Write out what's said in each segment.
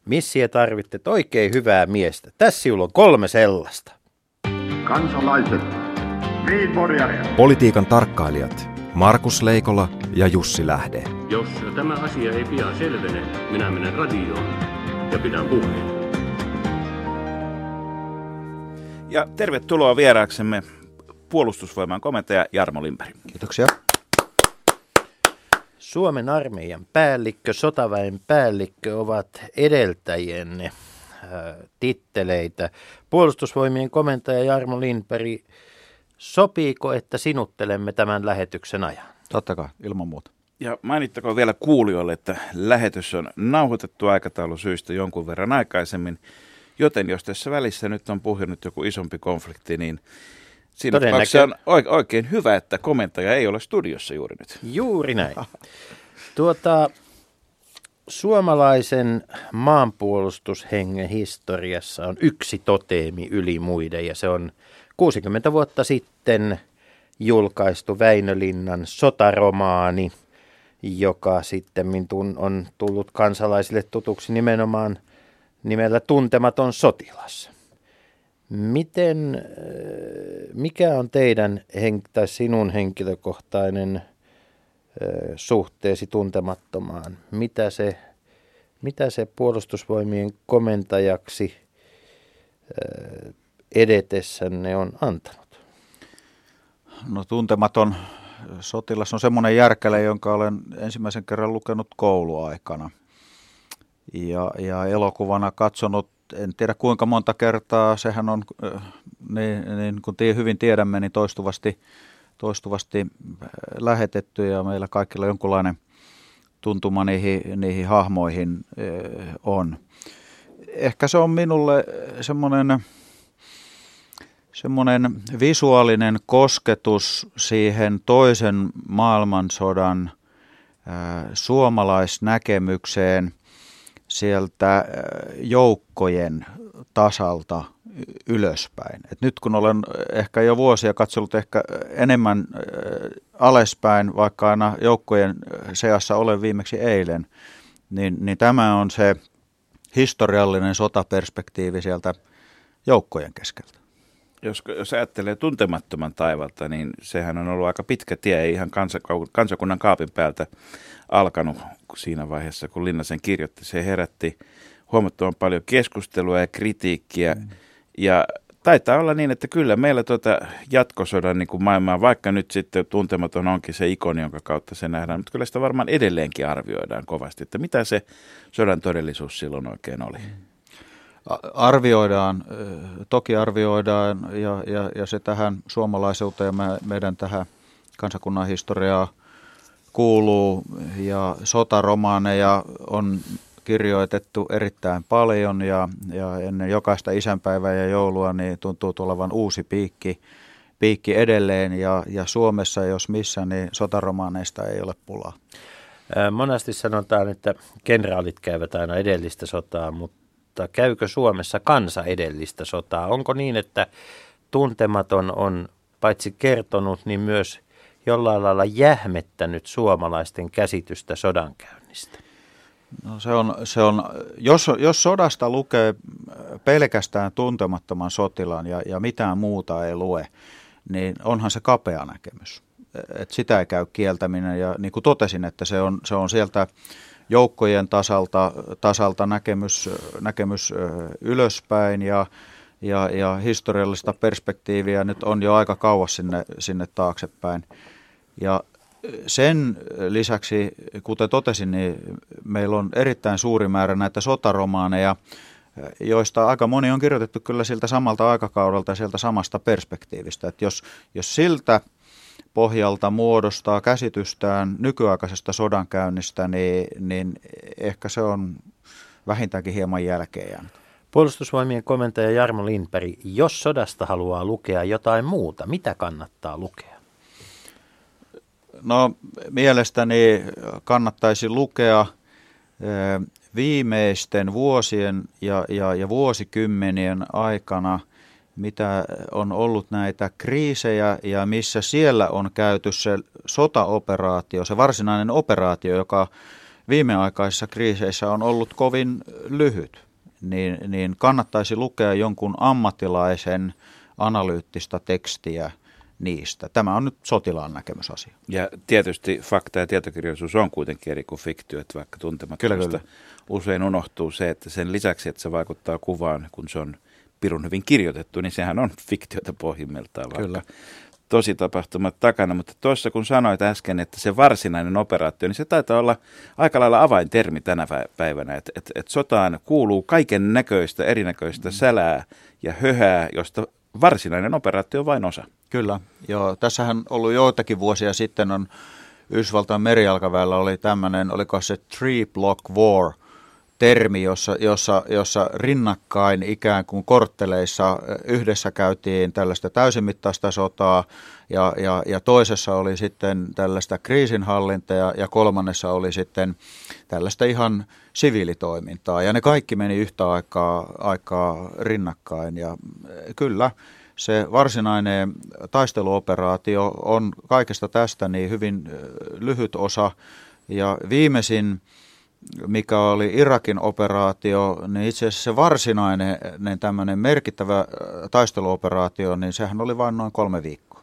Missie tarvittet oikein hyvää miestä. Tässä sinulla on 3 sellaista. Kansalaiset, politiikan tarkkailijat Markus Leikola ja Jussi Lähde. Jos tämä asia ei pian selvene, minä menen radioon ja pidän puheen. Ja tervetuloa vieraaksemme puolustusvoiman komentaja Jarmo Lindberg. Kiitoksia. Suomen armeijan päällikkö, sotaväen päällikkö ovat edeltäjienne titteleitä. Puolustusvoimien komentaja Jarmo Lindberg, sopiiko, että sinuttelemme tämän lähetyksen ajan? Totta kai, ilman muuta. Ja mainittakoon vielä kuulijoille, että lähetys on nauhoitettu aikataulusyistä jonkun verran aikaisemmin, joten jos tässä välissä nyt on puhjennut joku isompi konflikti, niin siinä tapauksessa on oikein hyvä, että komentaja ei ole studiossa juuri nyt. Juuri näin. Suomalaisen maanpuolustushengen historiassa on yksi toteemi yli muiden, ja se on 60 vuotta sitten julkaistu Väinö Linnan sotaromaani, joka sitten on tullut kansalaisille tutuksi nimenomaan nimellä Tuntematon sotilas. Mikä on teidän tai sinun henkilökohtainen suhteesi Tuntemattomaan? Mitä se puolustusvoimien komentajaksi edetessänne on antanut? No, Tuntematon sotilas on semmoinen järkäle, jonka olen ensimmäisen kerran lukenut kouluaikana. Ja elokuvana katsonut, en tiedä kuinka monta kertaa, sehän on, niin kuin hyvin tiedämme, niin toistuvasti lähetetty ja meillä kaikilla jonkunlainen tuntuma niihin hahmoihin on. Ehkä se on minulle semmoinen visuaalinen kosketus siihen toisen maailmansodan suomalaisnäkemykseen sieltä joukkojen tasalta ylöspäin. Et nyt kun olen ehkä jo vuosia katsellut ehkä enemmän alaspäin, vaikka aina joukkojen seassa olen viimeksi eilen, niin tämä on se historiallinen sotaperspektiivi sieltä joukkojen keskeltä. Jos ajattelee Tuntemattoman taivalta, niin sehän on ollut aika pitkä tie, ei ihan kansakunnan kaapin päältä alkanut siinä vaiheessa, kun Linna sen kirjoitti. Se herätti huomattavan paljon keskustelua ja kritiikkiä. Ja taitaa olla niin, että kyllä meillä jatkosodan niin kuin maailmaa, vaikka nyt sitten Tuntematon onkin se ikoni, jonka kautta se nähdään, mutta kyllä sitä varmaan edelleenkin arvioidaan kovasti, että mitä se sodan todellisuus silloin oikein oli. Toki arvioidaan ja se tähän suomalaisuuteen ja meidän tähän kansakunnan historiaan kuuluu ja sotaromaaneja on kirjoitettu erittäin paljon ja ennen jokaista isänpäivää ja joulua niin tuntuu tulevan uusi piikki edelleen ja Suomessa jos missä niin sotaromaaneista ei ole pulaa. Monasti sanotaan, että kenraalit käyvät aina edellistä sotaa, mutta käykö Suomessa kansa edellistä sotaa? Onko niin, että Tuntematon on paitsi kertonut, niin myös jollain lailla jähmettänyt suomalaisten käsitystä sodankäynnistä? No se on jos sodasta lukee pelkästään Tuntemattoman sotilaan ja mitään muuta ei lue, niin onhan se kapea näkemys. Et sitä ei käy kieltäminen ja niin kuin totesin, että se on sieltä joukkojen tasalta näkemys ylöspäin ja historiallista perspektiiviä nyt on jo aika kauas sinne taaksepäin. Ja sen lisäksi, kuten totesin, niin meillä on erittäin suuri määrä näitä sotaromaaneja, joista aika moni on kirjoitettu kyllä siltä samalta aikakaudelta ja sieltä samasta perspektiivistä. Että jos siltä pohjalta muodostaa käsitystään nykyaikaisesta sodankäynnistä, niin ehkä se on vähintäänkin hieman jälkeen jäänyt. Puolustusvoimien komentaja Jarmo Lindberg, jos sodasta haluaa lukea jotain muuta, mitä kannattaa lukea? No, mielestäni kannattaisi lukea viimeisten vuosien ja vuosikymmenien aikana, mitä on ollut näitä kriisejä ja missä siellä on käyty se sotaoperaatio, se varsinainen operaatio, joka viimeaikaisissa kriiseissä on ollut kovin lyhyt, niin kannattaisi lukea jonkun ammattilaisen analyyttistä tekstiä niistä. Tämä on nyt sotilaan näkemysasia. Ja tietysti fakta ja tietokirjallisuus on kuitenkin eri kuin fiktio, että vaikka tuntemattomasta usein unohtuu se, että sen lisäksi, että se vaikuttaa kuvaan, kun se on pirun hyvin kirjoitettu, niin sehän on fiktiota pohjimmiltaan vaikka tosi tapahtumat takana. Mutta tuossa kun sanoit äsken, että se varsinainen operaatio, niin se taitaa olla aika lailla avaintermi tänä päivänä, että sotaan kuuluu kaiken näköistä, erinäköistä sälää ja höhää, josta varsinainen operaatio on vain osa. Kyllä, joo. Tässähän on ollut joitakin vuosia sitten on Yhdysvaltain merijalkaväellä oli tämmöinen, oliko se three block war termi, jossa rinnakkain ikään kuin kortteleissa yhdessä käytiin tällaista täysimittaista sotaa ja toisessa oli sitten tällaista kriisinhallintaa ja kolmannessa oli sitten tällaista ihan siviilitoimintaa ja ne kaikki meni yhtä aikaa rinnakkain ja kyllä se varsinainen taisteluoperaatio on kaikesta tästä niin hyvin lyhyt osa ja viimeisin mikä oli Irakin operaatio, niin itse asiassa se varsinainen tämmöinen merkittävä taisteluoperaatio, niin sehän oli vain noin 3 viikkoa.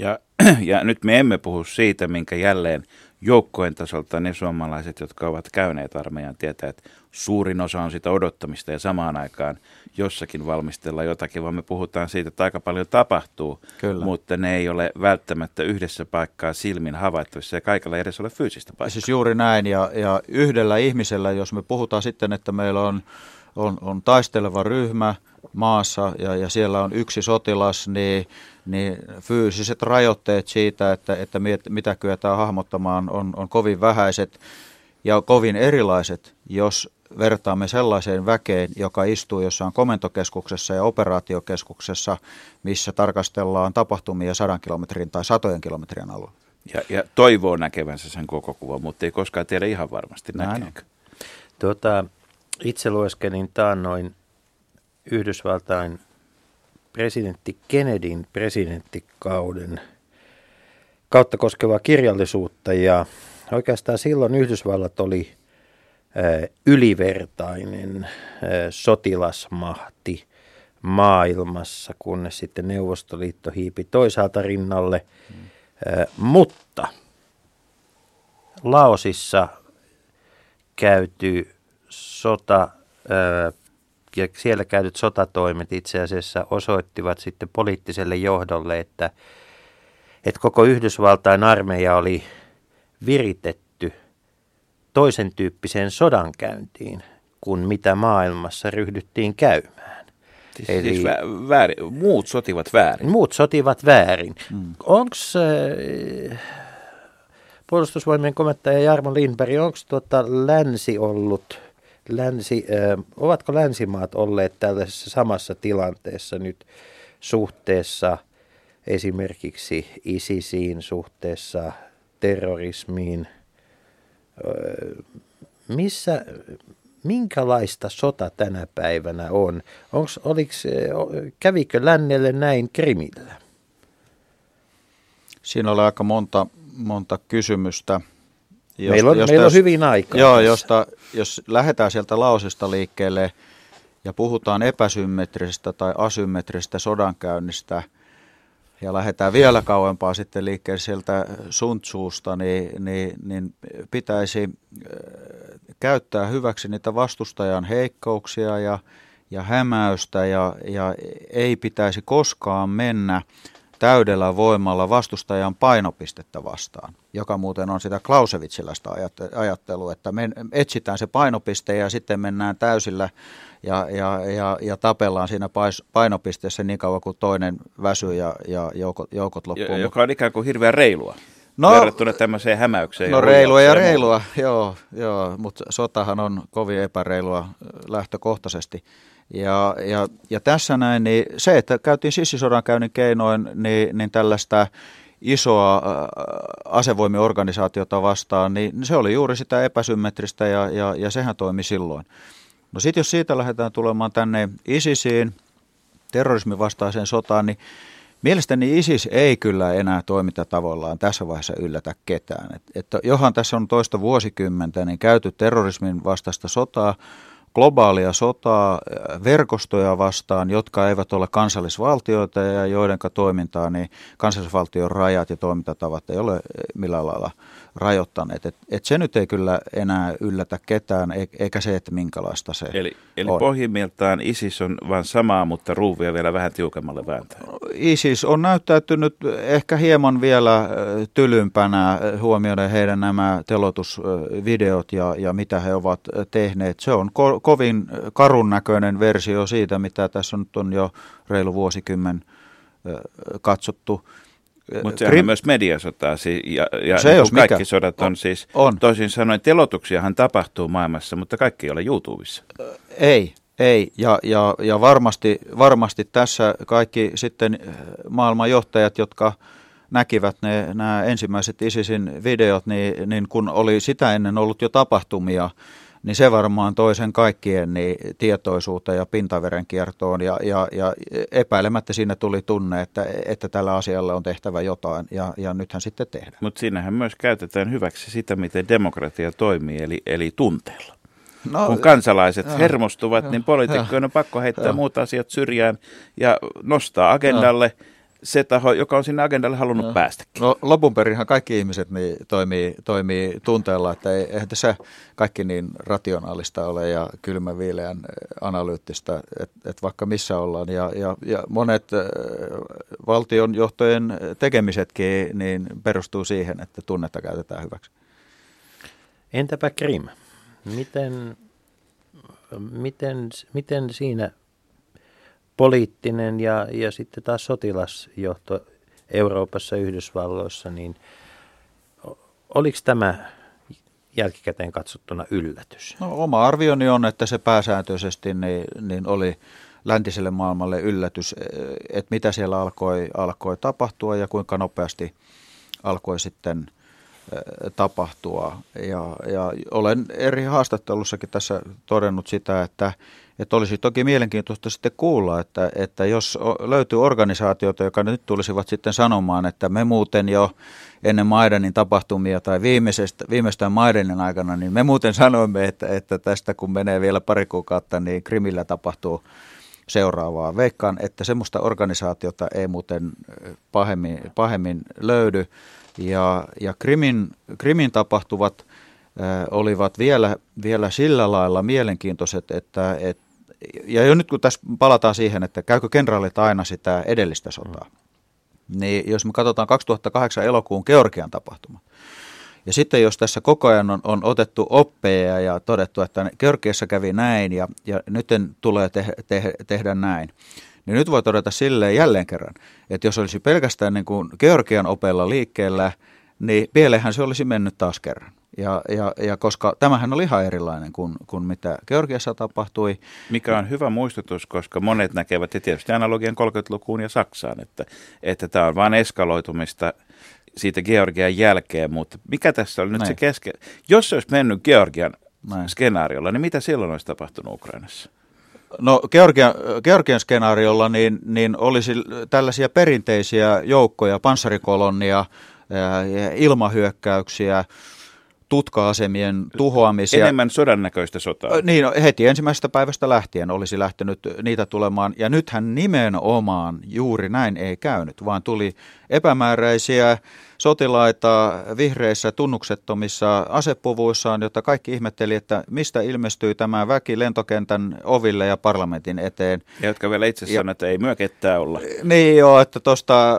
Ja nyt me emme puhu siitä, minkä jälleen joukkojen tasolta ne suomalaiset, jotka ovat käyneet armeijan, tietää, että suurin osa on sitä odottamista ja samaan aikaan jossakin valmistellaan jotakin, vaan me puhutaan siitä, että aika paljon tapahtuu, Kyllä. mutta ne ei ole välttämättä yhdessä paikkaa silmin havaittavissa ja kaikilla ei edes ole fyysistä paikkaa. Siis juuri näin ja yhdellä ihmisellä, jos me puhutaan sitten, että meillä on taisteleva ryhmä maassa ja siellä on yksi sotilas, niin fyysiset rajoitteet siitä, että mitä kyetään hahmottamaan, on kovin vähäiset ja kovin erilaiset, jos vertaamme sellaiseen väkeen, joka istuu jossain komentokeskuksessa ja operaatiokeskuksessa, missä tarkastellaan tapahtumia 100 kilometrin tai 100 kilometrien alueella. Ja toivoo näkevänsä sen koko kuvan, mutta ei koskaan tiedä ihan varmasti näkeekö. Itse lueskelin taannoin Yhdysvaltain presidentti Kennedyn presidenttikauden kautta koskevaa kirjallisuutta ja oikeastaan silloin Yhdysvallat oli ylivertainen sotilasmahti maailmassa, kunnes sitten Neuvostoliitto hiipi toisaalta rinnalle, mutta Laosissa käyty sota ja siellä käydyt sotatoimet itse asiassa osoittivat sitten poliittiselle johdolle, että koko Yhdysvaltain armeija oli viritetty toisen tyyppiseen sodankäyntiin kuin mitä maailmassa ryhdyttiin käymään. Siis väärin. Muut sotivat väärin. Muut sotivat väärin. Onko puolustusvoimien komentaja Jarmo Lindberg, onko länsi ollut... ovatko länsimaat olleet tällaisessa samassa tilanteessa nyt suhteessa esimerkiksi ISISiin, suhteessa terrorismiin? Minkälaista sota tänä päivänä on? Kävikö lännelle näin Krimillä? Siinä oli aika monta kysymystä. Meillä on hyvin aikaa. Joo, jos lähdetään sieltä Laosista liikkeelle ja puhutaan epäsymmetrisestä tai asymmetrisestä sodankäynnistä ja lähdetään vielä kauempaa sitten liikkeelle sieltä Sun Tzusta, niin pitäisi käyttää hyväksi niitä vastustajan heikkouksia ja hämäystä ja ei pitäisi koskaan mennä täydellä voimalla vastustajan painopistettä vastaan, joka muuten on sitä Clausewitziläistä ajattelua, että me etsitään se painopiste ja sitten mennään täysillä ja tapellaan siinä painopisteessä niin kauan kuin toinen väsyy ja joukot loppuu. Joka on ikään kuin hirveän reilua verrattuna tämmöiseen hämäykseen. No reilua, joo, mutta sotahan on kovin epäreilua lähtökohtaisesti. Ja tässä näin, niin se, että käytiin sissisodankäynnin keinoin, niin tällaista isoa asevoimiorganisaatiota vastaan, niin se oli juuri sitä epäsymmetristä ja sehän toimi silloin. No sitten jos siitä lähdetään tulemaan tänne ISISiin, terrorismin vastaiseen sotaan, niin Mielestäni ISIS ei kyllä enää toimintatavoillaan tässä vaiheessa yllätä ketään. Että johan tässä on toista vuosikymmentä niin käyty terrorismin vastaista sotaa, globaalia sotaa, verkostoja vastaan, jotka eivät ole kansallisvaltioita ja joiden toimintaa niin kansallisvaltion rajat ja toimintatavat ei ole millään lailla rajoittaneet. Et se nyt ei kyllä enää yllätä ketään, eikä se, että minkälaista se Eli on. pohjimmiltaan ISIS on vain samaa, mutta ruuvia vielä vähän tiukemmalle vääntää. ISIS on näyttäytynyt ehkä hieman vielä tylympänä huomioiden heidän nämä teloitusvideot ja mitä he ovat tehneet. Se on kovin karun näköinen versio siitä, mitä tässä nyt on jo reilu vuosikymmen katsottu. Mutta sehän on myös mediasotaa ja se niin kaikki mikä. sodat on siis, on. Toisin sanoen teloituksiahan tapahtuu maailmassa, mutta kaikki ei ole YouTubessa. Ei. Ja varmasti tässä kaikki sitten maailman johtajat, jotka näkivät nämä ensimmäiset ISISin videot, niin kun oli sitä ennen ollut jo tapahtumia, niin se varmaan toi sen kaikkien tietoisuuteen ja pintaverenkiertoon ja epäilemättä siinä tuli tunne, että tällä asialla on tehtävä jotain ja nythän sitten tehdään. Mutta siinähän myös käytetään hyväksi sitä, miten demokratia toimii, eli tunteella. No, kun kansalaiset hermostuvat, niin poliitikkojen on pakko heittää muut asiat syrjään ja nostaa agendalle se taho, joka on sinne agendalle halunnut päästäkin. No, lopunperinhan kaikki ihmiset toimii tunteella, että eihän tässä kaikki niin rationaalista ole ja kylmäviileän analyyttistä, että vaikka missä ollaan. Ja monet valtionjohtojen tekemisetkin niin perustuu siihen, että tunnetta käytetään hyväksi. Entäpä Krim? Miten siinä poliittinen ja sitten taas sotilasjohto Euroopassa, Yhdysvalloissa, niin oliko tämä jälkikäteen katsottuna yllätys? No, oma arvioni on, että se pääsääntöisesti niin oli läntiselle maailmalle yllätys, että mitä siellä alkoi tapahtua ja kuinka nopeasti alkoi sitten tapahtua. Ja olen eri haastattelussakin tässä todennut sitä, että olisi toki mielenkiintoista sitten kuulla, että jos löytyy organisaatioita, jotka nyt tulisivat sitten sanomaan, että me muuten jo ennen Maidanin tapahtumia tai viimeistään Maidanin aikana, niin me muuten sanoimme, että tästä kun menee vielä pari kuukautta, niin Krimillä tapahtuu seuraavaa. Veikkaan, että semmoista organisaatiota ei muuten pahemmin löydy. Ja Krimin tapahtuvat olivat vielä sillä lailla mielenkiintoiset, ja jo nyt kun tässä palataan siihen, että käykö kenraalit aina sitä edellistä sotaa, niin jos me katsotaan 2008 elokuun Georgian tapahtuma, ja sitten jos tässä koko ajan on otettu oppeja ja todettu, että Georgiassa kävi näin ja nyt tulee tehdä näin, niin nyt voi todeta silleen jälleen kerran, että jos olisi pelkästään niin kuin Georgian opeilla liikkeellä, niin pieleenhän se olisi mennyt taas kerran. Ja koska tämähän oli ihan erilainen kuin mitä Georgiassa tapahtui. Mikä on hyvä muistutus, koska monet näkevät, ja tietysti analogian 30-lukuun ja Saksaan, että tämä on vain eskaloitumista siitä Georgian jälkeen, mutta mikä tässä oli nyt se jos se olisi mennyt Georgian skenaariolla, niin mitä silloin olisi tapahtunut Ukrainassa? No Georgian skenaariolla niin olisi tällaisia perinteisiä joukkoja, panssarikolonnia, ilmahyökkäyksiä, tutka-asemien tuhoamisia. Enemmän sodan näköistä sotaa. Niin, heti ensimmäisestä päivästä lähtien olisi lähtenyt niitä tulemaan. Ja nythän nimenomaan juuri näin ei käynyt, vaan tuli epämääräisiä sotilaita vihreissä tunnuksettomissa asepuvuissaan, jotta kaikki ihmetteli, että mistä ilmestyy tämä väki lentokentän oville ja parlamentin eteen. Ja jotka vielä itse sanoivat, että ei myö ketään olla. Niin joo, että tuosta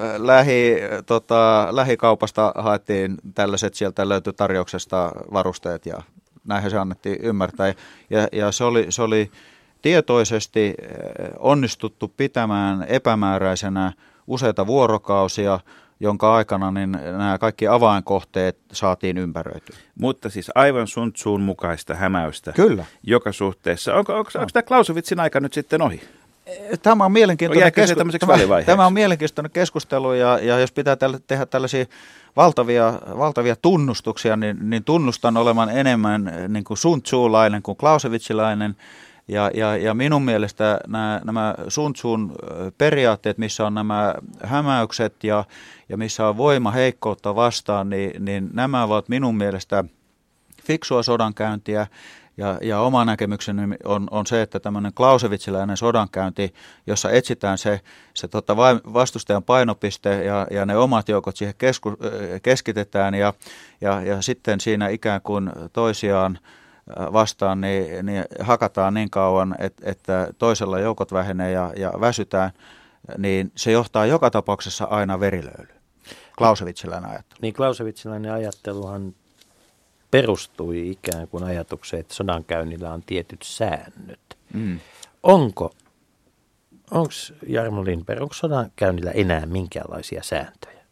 lähikaupasta haettiin tällaiset, sieltä löytyi tarjouksesta varusteet ja näinhän se annettiin ymmärtää. Ja se oli tietoisesti onnistuttu pitämään epämääräisenä useita vuorokausia, jonka aikana niin nämä kaikki avainkohteet saatiin ympäröityä. Mutta siis aivan Sun Tsun mukaista hämäystä. Kyllä. Joka suhteessa. Onko tämä Clausewitzin aika nyt sitten ohi? Tämä on mielenkiintoinen Tämä on mielenkiintoinen keskustelu ja jos pitää tehdä tällaisia valtavia tunnustuksia, niin tunnustan olevan enemmän niin kuin Sun Tsulainen kuin Clausewitzilainen. Ja minun mielestä nämä Sun Tsun periaatteet, missä on nämä hämäykset ja missä on voima heikkoutta vastaan, niin nämä ovat minun mielestä fiksua sodankäyntiä. Ja oma näkemykseni on se, että tämmöinen clausewitziläinen sodankäynti, jossa etsitään se vastustajan painopiste ja ne omat joukot siihen keskitetään ja sitten siinä ikään kuin toisiaan vastaan niin hakataan niin kauan, että toisella joukot vähenee ja väsytään, niin se johtaa joka tapauksessa aina verilöylyyn. Clausewitziläinen ajattelu. Niin clausewitziläinen ajatteluhan perustui ikään kuin ajatukseen, että sodankäynnillä on tietyt säännöt. Onko Jarmo Lindberg, onko sodankäynnillä enää minkäänlaisia sääntöjä?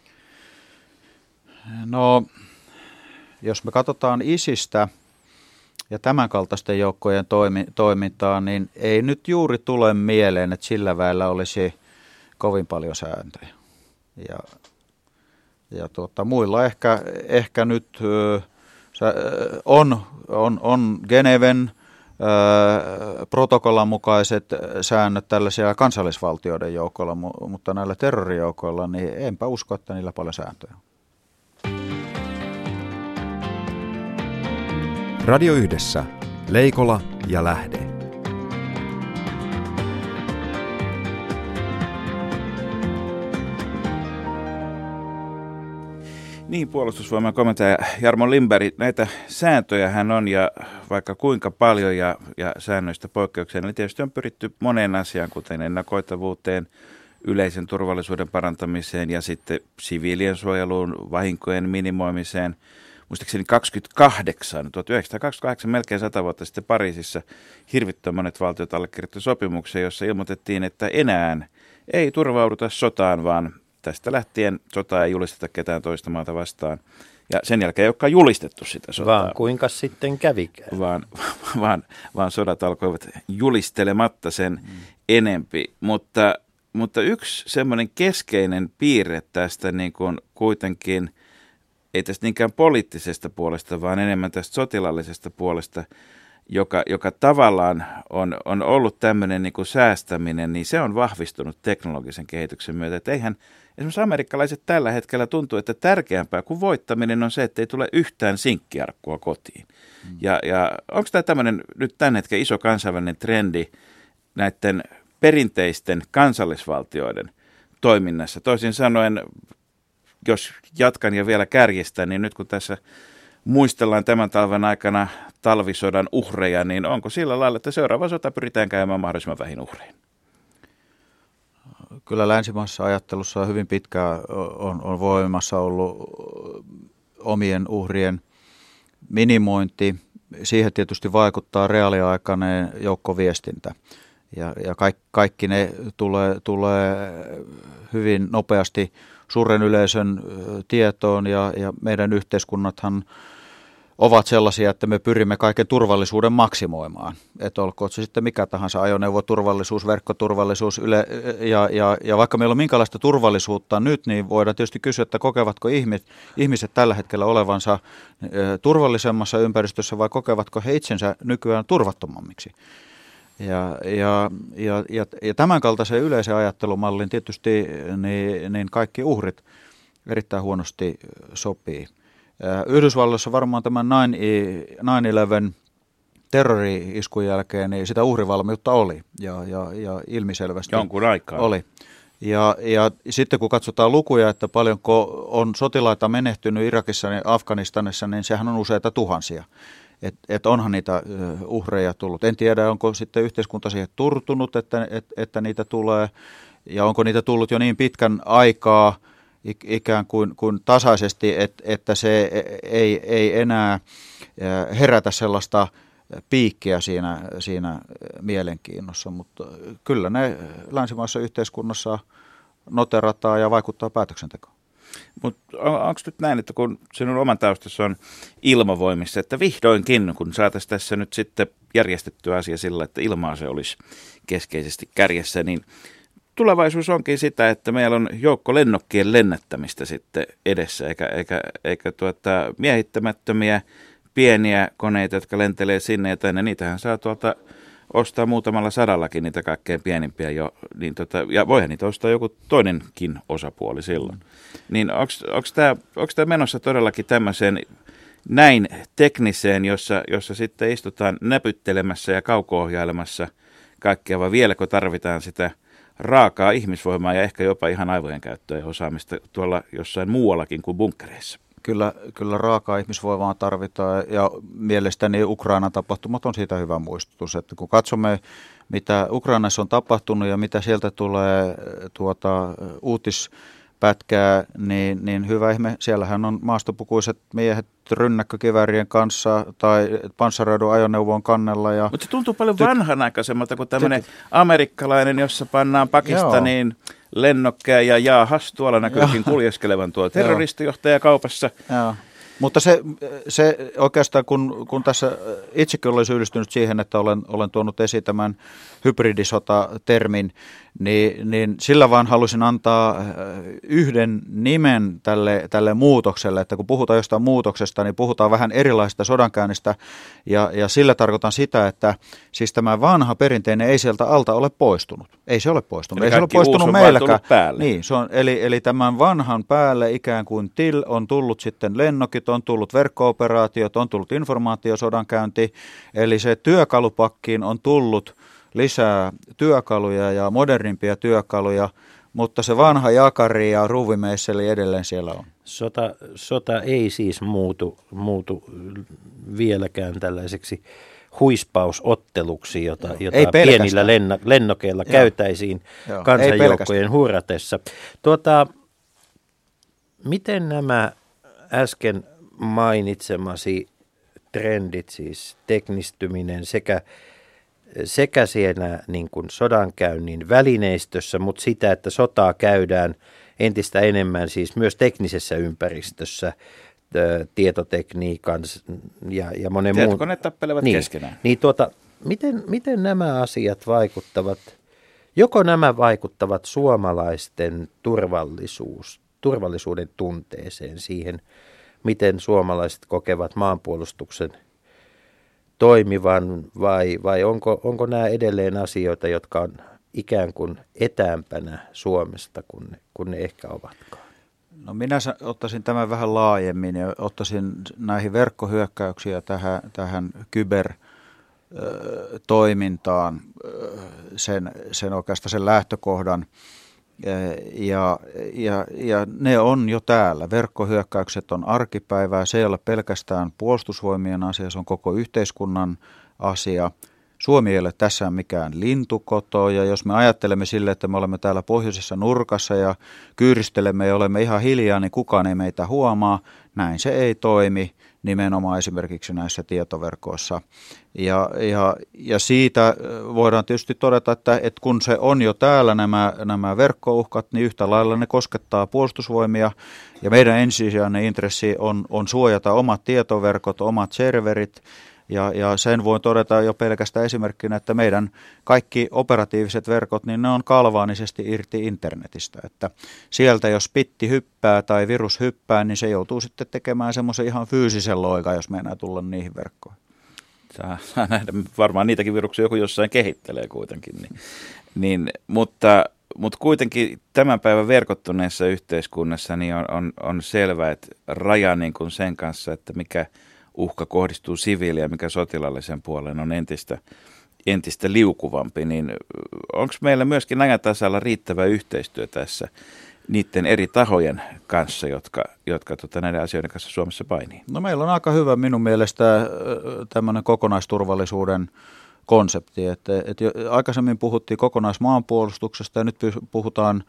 No, jos me katsotaan ISISistä ja tämän kaltaisten joukkojen toimintaa, niin ei nyt juuri tule mieleen, että sillä väellä olisi kovin paljon sääntöjä. Muilla ehkä nyt on Geneven protokollan mukaiset säännöt tällaisia kansallisvaltioiden joukoilla, mutta näillä terrorijoukoilla, niin enpä usko, että niillä paljon sääntöjä on. Radio Yhdessä. Leikola ja Lähde. Niin, puolustusvoiman komentaja Jarmo Lindberg, näitä sääntöjä hän on ja vaikka kuinka paljon ja säännöistä poikkeuksia, niin tietysti on pyritty moneen asiaan, kuten ennakoitavuuteen, yleisen turvallisuuden parantamiseen ja sitten siviilien suojeluun, vahinkojen minimoimiseen. Muistaakseni 1928, melkein 100 vuotta sitten Pariisissa hirvittävän monet valtiot allekirjoittivat sopimuksen, jossa ilmoitettiin, että enää ei turvauduta sotaan, vaan tästä lähtien sotaa ei julisteta ketään toista maata vastaan. Ja sen jälkeen ei olekaan julistettu sitä sotaa. Vaan kuinka sitten kävikään? Vaan sodat alkoivat julistelematta sen enempi. Mutta yksi semmoinen keskeinen piirre tästä niin kuin kuitenkin, ei tästä niinkään poliittisesta puolesta, vaan enemmän tästä sotilaallisesta puolesta, joka tavallaan on ollut tämmöinen niin kuin säästäminen, niin se on vahvistunut teknologisen kehityksen myötä. Että eihän esimerkiksi amerikkalaiset tällä hetkellä tuntuu, että tärkeämpää kuin voittaminen on se, että ei tule yhtään sinkkiarkkua kotiin. Ja onko tämä tämmöinen nyt tämän hetken iso kansainvälinen trendi näiden perinteisten kansallisvaltioiden toiminnassa? Toisin sanoen, jos jatkan ja vielä kärjestän, niin nyt kun tässä muistellaan tämän talven aikana talvisodan uhreja, niin onko sillä lailla, että seuraava sota pyritään käymään mahdollisimman vähin uhrein? Kyllä länsimaisessa ajattelussa hyvin pitkään on voimassa ollut omien uhrien minimointi. Siihen tietysti vaikuttaa reaaliaikainen joukkoviestintä. Ja kaikki ne tulee hyvin nopeasti suuren yleisön tietoon ja meidän yhteiskunnathan ovat sellaisia, että me pyrimme kaiken turvallisuuden maksimoimaan. Että olkoon se sitten mikä tahansa ajoneuvoturvallisuus, verkkoturvallisuus ja vaikka meillä on minkälaista turvallisuutta nyt, niin voidaan tietysti kysyä, että kokevatko ihmiset tällä hetkellä olevansa turvallisemmassa ympäristössä vai kokevatko he itsensä nykyään turvattomammiksi. Ja tämän kaltaisen yleisen ajattelumallin tietysti niin kaikki uhrit erittäin huonosti sopii. Yhdysvalloissa varmaan tämän 9/11 terrori-iskun jälkeen niin sitä uhrivalmiutta oli ja ilmiselvästi jonkun aikaa oli. Ja sitten kun katsotaan lukuja, että paljonko on sotilaita menehtynyt Irakissa ja Afganistanissa, niin sehän on useita tuhansia. Että onhan niitä uhreja tullut. En tiedä, onko sitten yhteiskunta siihen turtunut, että niitä tulee, ja onko niitä tullut jo niin pitkän aikaa ikään kuin tasaisesti, että se ei enää herätä sellaista piikkiä siinä mielenkiinnossa. Mutta kyllä ne länsimaisessa yhteiskunnassa noterataan ja vaikuttaa päätöksentekoon. Mutta onko nyt näin, että kun sinun oman taustassa on ilmavoimissa, että vihdoinkin, kun saataisiin tässä nyt sitten järjestettyä asia sillä, että ilma-ase olisi keskeisesti kärjessä, niin tulevaisuus onkin sitä, että meillä on joukko lennokkien lennättämistä sitten edessä, eikä miehittämättömiä pieniä koneita, jotka lentelee sinne ja tänne. Niitähän saa tuolta ostaa muutamalla sadallakin niitä kaikkein pienimpiä jo, niin ja voihan niitä ostaa joku toinenkin osapuoli silloin. Niin onko tämä menossa todellakin tämmöiseen näin tekniseen, jossa sitten istutaan näpyttelemässä ja kauko-ohjailemassa kaikkea, vai vieläkö tarvitaan sitä raakaa ihmisvoimaa ja ehkä jopa ihan aivojen käyttöä ja osaamista tuolla jossain muuallakin kuin bunkkereissa? Kyllä raakaa ihmisvoimaa tarvitaan, ja mielestäni Ukrainan tapahtumat on siitä hyvä muistutus, että kun katsomme, mitä Ukrainassa on tapahtunut ja mitä sieltä tulee uutispätkää, niin hyvä ihme, siellähän on maastopukuiset miehet rynnäkkökiväärien kanssa tai panssaroidun ajoneuvon kannella. Mutta se tuntuu paljon vanhanaikaisemmalta kuin tämmöinen amerikkalainen, jossa pannaan Pakistaniin lennokkeja ja jaahas, tuolla näkyykin kuljeskelevan tuo terroristijohtaja kaupassa. Joo. Mutta se oikeastaan, kun tässä itsekin olen syyllistynyt siihen, että olen tuonut esiin tämän hybridisota-termin, niin sillä vaan halusin antaa yhden nimen tälle muutokselle, että kun puhutaan jostain muutoksesta, niin puhutaan vähän erilaisesta sodankäynnistä, ja sillä tarkoitan sitä, että siis tämä vanha perinteinen ei sieltä alta ole poistunut. Ei se ole poistunut. Ei se ole poistunut meilläkään. Niin, eli tämän vanhan päälle ikään kuin on tullut sitten lennokit, on tullut verkko-operaatiot, on tullut informaatiosodankäynti, eli se työkalupakkiin on tullut lisää työkaluja ja modernimpia työkaluja, mutta se vanha jakari ja ruuvimeisseli edelleen siellä on. Sota ei siis muutu vieläkään tällaiseksi huispausotteluksi, jota pienillä lennokeilla käytäisiin kansanjoukkojen hurratessa. Miten nämä äsken mainitsemasi trendit, siis teknistyminen sekä siellä niin kuin sodankäynnin välineistössä, mutta sitä, että sotaa käydään entistä enemmän siis myös teknisessä ympäristössä, tietotekniikan ja monen muun. Tietokoneet tappelevat keskenään. Niin miten nämä asiat vaikuttavat, joko nämä vaikuttavat suomalaisten turvallisuuden tunteeseen, siihen miten suomalaiset kokevat maanpuolustuksen toimivan, vai onko nämä edelleen asioita, jotka on ikään kuin etäämpänä Suomesta kuin ne ehkä ovatkaan? No minä ottaisin tämän vähän laajemmin ja ottaisin näihin verkkohyökkäyksiä tähän kybertoimintaan sen oikeastaan sen lähtökohdan. Ja ne on jo täällä. Verkkohyökkäykset on arkipäivää. Se ei ole pelkästään puolustusvoimien asia, se on koko yhteiskunnan asia. Suomi ei ole tässä mikään lintukoto, ja jos me ajattelemme sille, että me olemme täällä pohjoisessa nurkassa ja kyyristelemme ja olemme ihan hiljaa, niin kukaan ei meitä huomaa. Näin se ei toimi nimenomaan esimerkiksi näissä tietoverkoissa. Ja siitä voidaan tietysti todeta, että kun se on jo täällä nämä verkkouhkat, niin yhtä lailla ne koskettaa puolustusvoimia. Ja meidän ensisijainen intressi on suojata omat tietoverkot, omat serverit. Ja sen voin todeta jo pelkästään esimerkkinä, että meidän kaikki operatiiviset verkot, niin ne on kalvaanisesti irti internetistä. Että sieltä jos pitti hyppää tai virus hyppää, niin se joutuu sitten tekemään semmoisen ihan fyysisen loikan, jos meinaa tulla niihin verkkoihin. Saa nähdä, varmaan niitäkin viruksia joku jossain kehittelee kuitenkin. Mutta kuitenkin tämän päivän verkottuneessa yhteiskunnassa niin on selvää, että raja niin kuin sen kanssa, että mikä uhka kohdistuu siviiliä, mikä sotilaallisen puolen on entistä liukuvampi, niin onko meillä myöskin ajan tasalla riittävä yhteistyö tässä niiden eri tahojen kanssa, jotka näiden asioiden kanssa Suomessa painii? No meillä on aika hyvä minun mielestä tämmöinen kokonaisturvallisuuden konsepti, että aikaisemmin puhuttiin kokonaismaanpuolustuksesta ja nyt puhutaan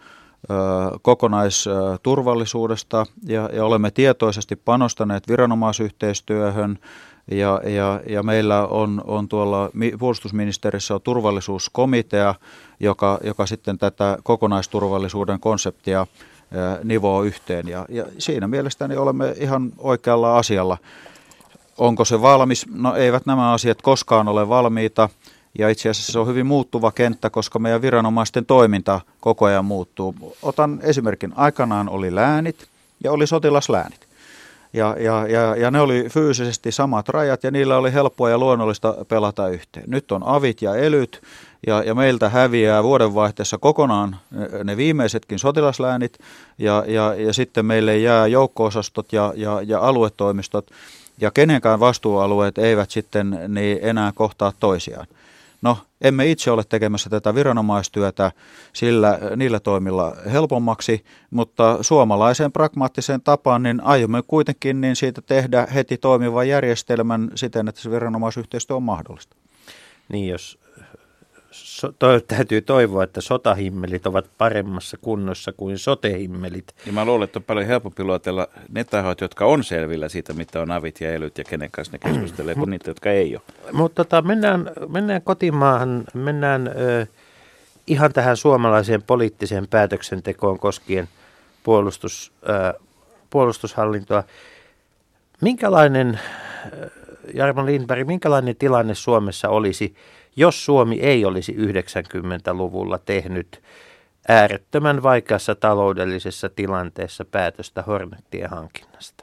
kokonaisturvallisuudesta ja olemme tietoisesti panostaneet viranomaisyhteistyöhön ja meillä on tuolla puolustusministeriössä on turvallisuuskomitea, joka sitten tätä kokonaisturvallisuuden konseptia nivoo yhteen ja siinä mielestäni olemme ihan oikealla asialla. Onko se valmis? No eivät nämä asiat koskaan ole valmiita. Ja itse asiassa se on hyvin muuttuva kenttä, koska meidän viranomaisten toiminta koko ajan muuttuu. Otan esimerkin. Aikanaan oli läänit ja oli sotilasläänit. ja ne oli fyysisesti samat rajat ja niillä oli helppoa ja luonnollista pelata yhteen. Nyt on avit ja elyt ja meiltä häviää vuodenvaihteessa kokonaan ne viimeisetkin sotilasläänit ja sitten meille jää joukko-osastot ja aluetoimistot ja kenenkään vastuualueet eivät sitten niin enää kohtaa toisiaan. No, emme itse ole tekemässä tätä viranomaistyötä niillä toimilla helpommaksi, mutta suomalaiseen pragmaattiseen tapaan niin aiomme kuitenkin niin siitä tehdä heti toimivan järjestelmän siten, että se viranomaisyhteistyö on mahdollista. Niin, jos täytyy toivoa, että sotahimmelit ovat paremmassa kunnossa kuin sotehimmelit. Ja mä luulen, että on paljon helpompi luotella ne tahot, jotka on selvillä siitä, mitä on avit ja elyt ja kenen kanssa ne keskustelee, kuin niitä, jotka ei ole. Mutta mennään kotimaahan, ihan tähän suomalaiseen poliittiseen päätöksentekoon koskien puolustushallintoa. Jarmo Lindberg, minkälainen tilanne Suomessa olisi, jos Suomi ei olisi 90-luvulla tehnyt äärettömän vaikeassa taloudellisessa tilanteessa päätöstä Hornetien hankinnasta?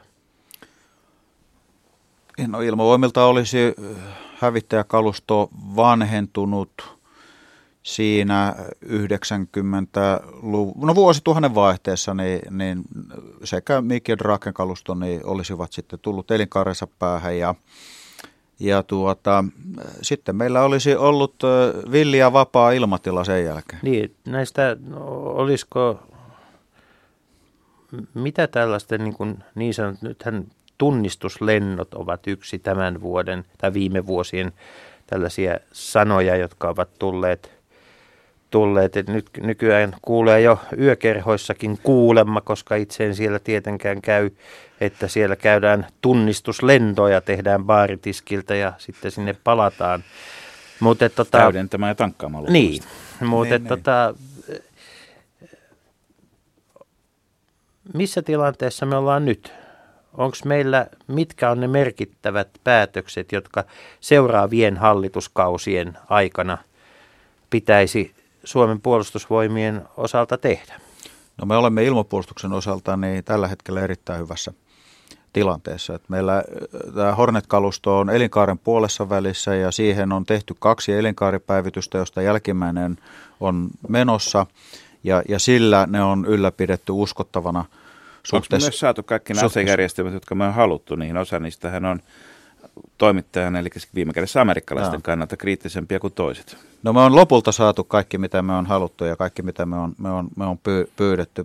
No, Ilmavoimilta olisi hävittäjäkalusto vanhentunut siinä 90-luvun, vuosituhannen vaihteessa, niin sekä MiG ja Draken kalusto niin olisivat sitten tullut elinkaarensa päähän ja sitten meillä olisi ollut villi ja vapaa ilmatila sen jälkeen. Niin, näistä olisiko, mitä tällaisten niin sanotut, nythän tunnistuslennot ovat yksi tämän vuoden tai viime vuosien tällaisia sanoja, jotka ovat tulleet. Että nyt nykyään kuulee jo yökerhoissakin kuulemma, koska itse en siellä tietenkään käy, että siellä käydään tunnistuslentoja, tehdään baaritiskiltä ja sitten sinne palataan. Täydentämään ja tankkaamaan. Niin, mutta missä tilanteessa me ollaan nyt? Onko meillä, mitkä on ne merkittävät päätökset, jotka seuraavien hallituskausien aikana pitäisi Suomen puolustusvoimien osalta tehdä? No, me olemme ilmapuolustuksen osalta niin tällä hetkellä erittäin hyvässä tilanteessa. Että meillä tämä Hornet-kalusto on elinkaaren puolessa välissä ja siihen on tehty 2 elinkaaripäivitystä, josta jälkimmäinen on menossa ja sillä ne on ylläpidetty uskottavana suhteessa. Onko myös saatu kaikki ne asejärjestelmät, jotka me on haluttu, niin osa niistähän on toimittajan, eli viime kädessä amerikkalaisten kannalta kriittisempiä kuin toiset. No, me on lopulta saatu kaikki, mitä me on haluttu ja kaikki, mitä me on pyydetty.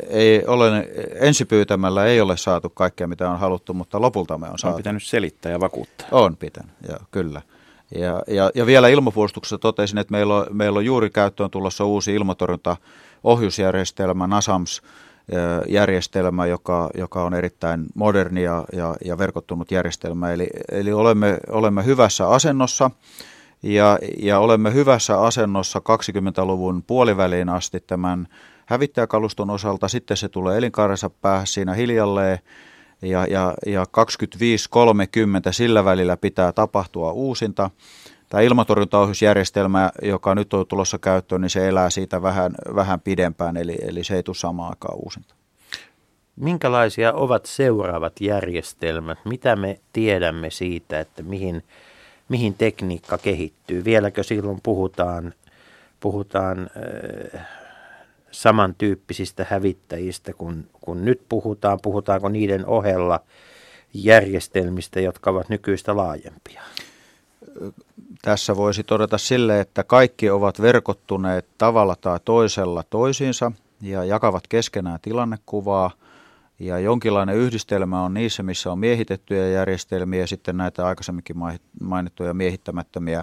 Ensipyytämällä ei ole saatu kaikkea, mitä on haluttu, mutta lopulta me on saatu. On pitänyt selittää ja vakuuttaa. On pitänyt, kyllä. Ja vielä ilmapuolustuksessa totesin, että meillä on juuri käyttöön tulossa uusi ilmatorjuntaohjusjärjestelmä, NASAMS-järjestelmä, joka on erittäin moderni ja verkottunut järjestelmä. Eli olemme hyvässä asennossa ja olemme hyvässä asennossa 20-luvun puoliväliin asti tämän hävittäjäkaluston osalta. Sitten se tulee elinkaarensa päähän siinä hiljalleen ja 25-30 sillä välillä pitää tapahtua uusinta. Tämä ilmatorjuntaohjusjärjestelmä, joka nyt on tulossa käyttöön, niin se elää siitä vähän pidempään, eli se ei tule samaan aikaan uusinta. Minkälaisia ovat seuraavat järjestelmät? Mitä me tiedämme siitä, että mihin tekniikka kehittyy? Vieläkö silloin puhutaan samantyyppisistä hävittäjistä kun nyt puhutaan? Puhutaanko niiden ohella järjestelmistä, jotka ovat nykyistä laajempia? Tässä voisi todeta sille, että kaikki ovat verkottuneet tavalla tai toisella toisiinsa ja jakavat keskenään tilannekuvaa. Ja jonkinlainen yhdistelmä on niissä, missä on miehitettyjä järjestelmiä ja sitten näitä aikaisemminkin mainittuja miehittämättömiä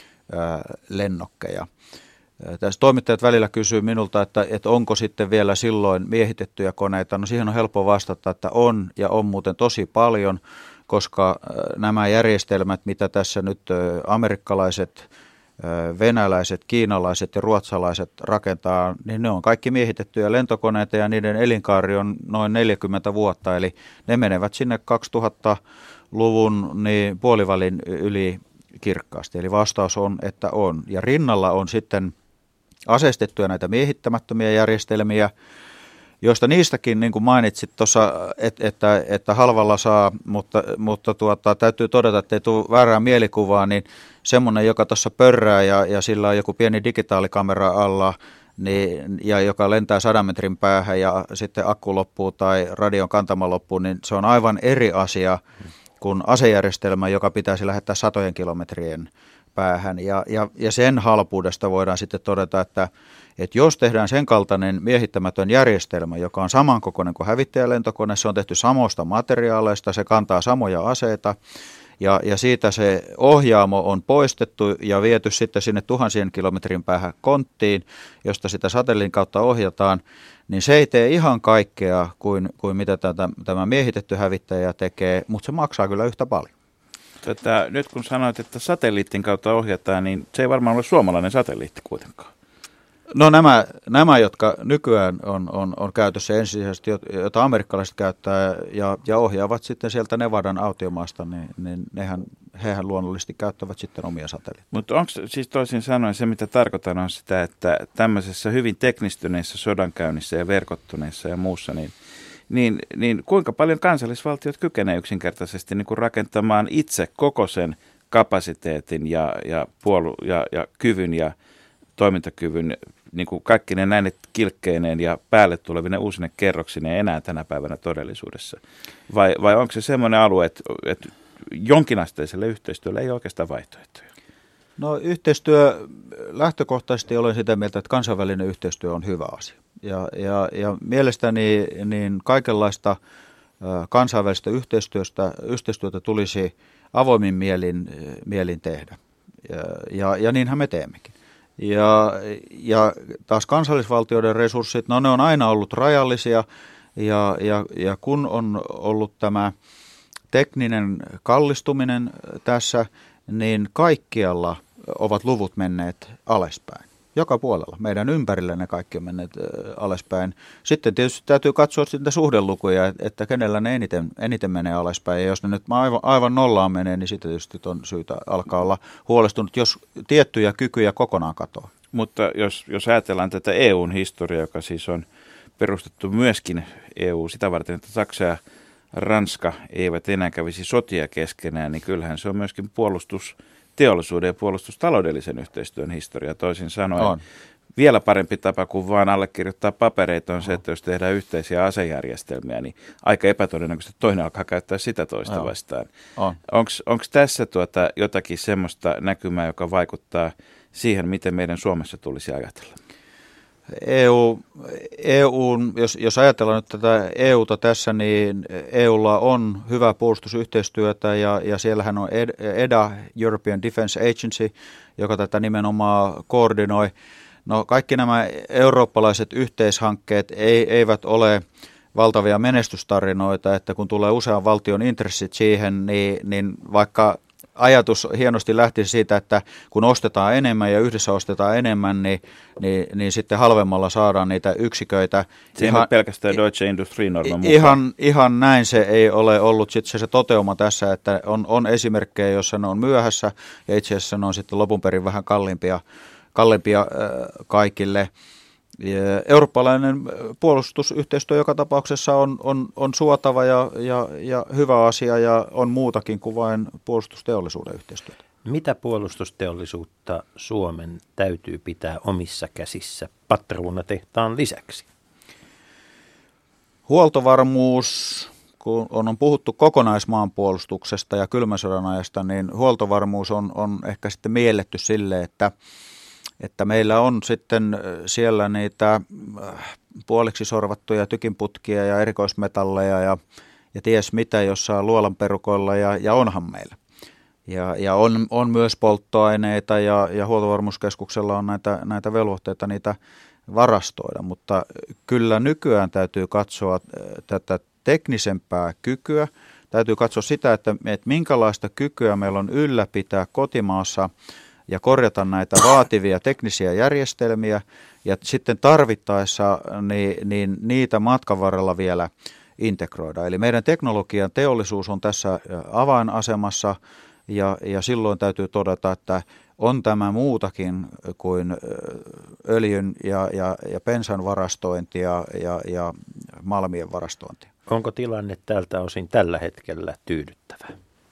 lennokkeja. Tässä toimittajat välillä kysyy minulta, että onko sitten vielä silloin miehitettyjä koneita. No, siihen on helppo vastata, että on ja on muuten tosi paljon, koska nämä järjestelmät, mitä tässä nyt amerikkalaiset, venäläiset, kiinalaiset ja ruotsalaiset rakentaa, niin ne on kaikki miehitettyjä lentokoneita ja niiden elinkaari on noin 40 vuotta, eli ne menevät sinne 2000-luvun niin puolivälin yli kirkkaasti. Eli vastaus on, että on. Ja rinnalla on sitten aseistettuja näitä miehittämättömiä järjestelmiä, joista niistäkin, niin kuin mainitsit tuossa, että halvalla saa, mutta täytyy todeta, että ei tule väärää mielikuvaa, niin semmoinen, joka tuossa pörrää ja sillä on joku pieni digitaalikamera alla, ja joka lentää 100 metrin päähän ja sitten akku loppuu tai radion kantama loppuu, niin se on aivan eri asia kuin asejärjestelmä, joka pitäisi lähettää satojen kilometrien päähän. Ja sen halpuudesta voidaan sitten todeta, että jos tehdään sen kaltainen miehittämätön järjestelmä, joka on samankokoinen kuin hävittäjälentokone, se on tehty samoista materiaaleista, se kantaa samoja aseita, ja siitä se ohjaamo on poistettu ja viety sitten sinne 1000 kilometrin päähän konttiin, josta sitä satelliitin kautta ohjataan, niin se ei tee ihan kaikkea kuin mitä tämä miehitetty hävittäjä tekee, mutta se maksaa kyllä yhtä paljon. Nyt kun sanoit, että satelliitin kautta ohjataan, niin se ei varmaan ole suomalainen satelliitti kuitenkaan. No nämä jotka nykyään on käytössä ensisijaisesti, joita amerikkalaiset käyttää ja ohjaavat sitten sieltä Nevadan autiomaasta, niin hehän luonnollisesti käyttävät sitten omia satelliitteja. Mutta onko siis toisin sanoen se, mitä tarkoitan, on sitä, että tämmöisessä hyvin teknistyneessä sodankäynnissä ja verkottuneessa ja muussa, niin kuinka paljon kansallisvaltiot kykenee yksinkertaisesti niin kuin rakentamaan itse koko sen kapasiteetin ja kyvyn ja toimintakyvyn, niin kuin kaikki ne näin kilkkeineen ja päälle tulevine uusine kerroksineen enää tänä päivänä todellisuudessa? Vai onko se semmoinen alue, että jonkinasteiselle yhteistyölle ei ole oikeastaan vaihtoehtoja? No yhteistyö, lähtökohtaisesti olen sitä mieltä, että kansainvälinen yhteistyö on hyvä asia. Ja mielestäni niin kaikenlaista kansainvälistä yhteistyötä tulisi avoimin mielin tehdä. Ja niinhän me teemmekin. Ja taas kansallisvaltioiden resurssit, no ne on aina ollut rajallisia ja kun on ollut tämä tekninen kallistuminen tässä, niin kaikkialla ovat luvut menneet alaspäin. Joka puolella. Meidän ympärillä ne kaikki on menneet alaspäin. Sitten tietysti täytyy katsoa sitten suhdelukuja, että kenellä ne eniten menee alaspäin. Ja jos ne nyt aivan nollaan menee, niin sitten tietysti on syytä alkaa olla huolestunut, jos tiettyjä kykyjä kokonaan katoaa. Mutta jos ajatellaan tätä EUn historiaa, joka siis on perustettu myöskin EU sitä varten, että Saksa ja Ranska eivät enää kävisi sotia keskenään, niin kyllähän se on myöskin puolustusteollisuuden ja puolustustaloudellisen yhteistyön historia. Toisin sanoen vielä parempi tapa kuin vaan allekirjoittaa papereita on se, että jos tehdään yhteisiä asejärjestelmiä, niin aika epätodennäköisesti toinen alkaa käyttää sitä toista vastaan. Onko tässä jotakin semmoista näkymää, joka vaikuttaa siihen, miten meidän Suomessa tulisi ajatella? Jos ajatellaan nyt tätä EUta tässä, niin EUlla on hyvää puolustusyhteistyötä ja siellähän on EDA, European Defence Agency, joka tätä nimenomaan koordinoi. No kaikki nämä eurooppalaiset yhteishankkeet eivät ole valtavia menestystarinoita, että kun tulee usean valtion intressit siihen, niin vaikka ajatus hienosti lähti siitä, että kun ostetaan enemmän ja yhdessä ostetaan enemmän, niin sitten halvemmalla saadaan niitä yksiköitä. Siinä on pelkästään Deutsche Industrie norman mukaan. Ihan näin se ei ole ollut sitten se toteuma tässä, että on esimerkkejä, joissa ne on myöhässä ja itse asiassa ne on sitten lopun perin vähän kalliimpia kaikille. Eurooppalainen puolustusyhteistyö joka tapauksessa on suotava ja hyvä asia ja on muutakin kuin vain puolustusteollisuuden yhteistyötä. Mitä puolustusteollisuutta Suomen täytyy pitää omissa käsissä patruunatehtaan lisäksi? Huoltovarmuus, kun on puhuttu kokonaismaanpuolustuksesta ja kylmän sodan ajasta, niin huoltovarmuus on ehkä sitten mielletty sille, että meillä on sitten siellä niitä puoliksi sorvattuja tykinputkia ja erikoismetalleja ja ties mitä jossain luolanperukoilla ja onhan meillä. Ja on myös polttoaineita ja huoltovarmuuskeskuksella on näitä velvoitteita niitä varastoida, mutta kyllä nykyään täytyy katsoa tätä teknisempää kykyä. Täytyy katsoa sitä, että minkälaista kykyä meillä on ylläpitää kotimaassa ja korjata näitä vaativia teknisiä järjestelmiä ja sitten tarvittaessa niin niitä matkan varrella vielä integroida. Eli meidän teknologian teollisuus on tässä avainasemassa ja silloin täytyy todeta, että on tämä muutakin kuin öljyn ja bensan varastointia ja malmien varastointia. Onko tilanne tältä osin tällä hetkellä tyydyttävä?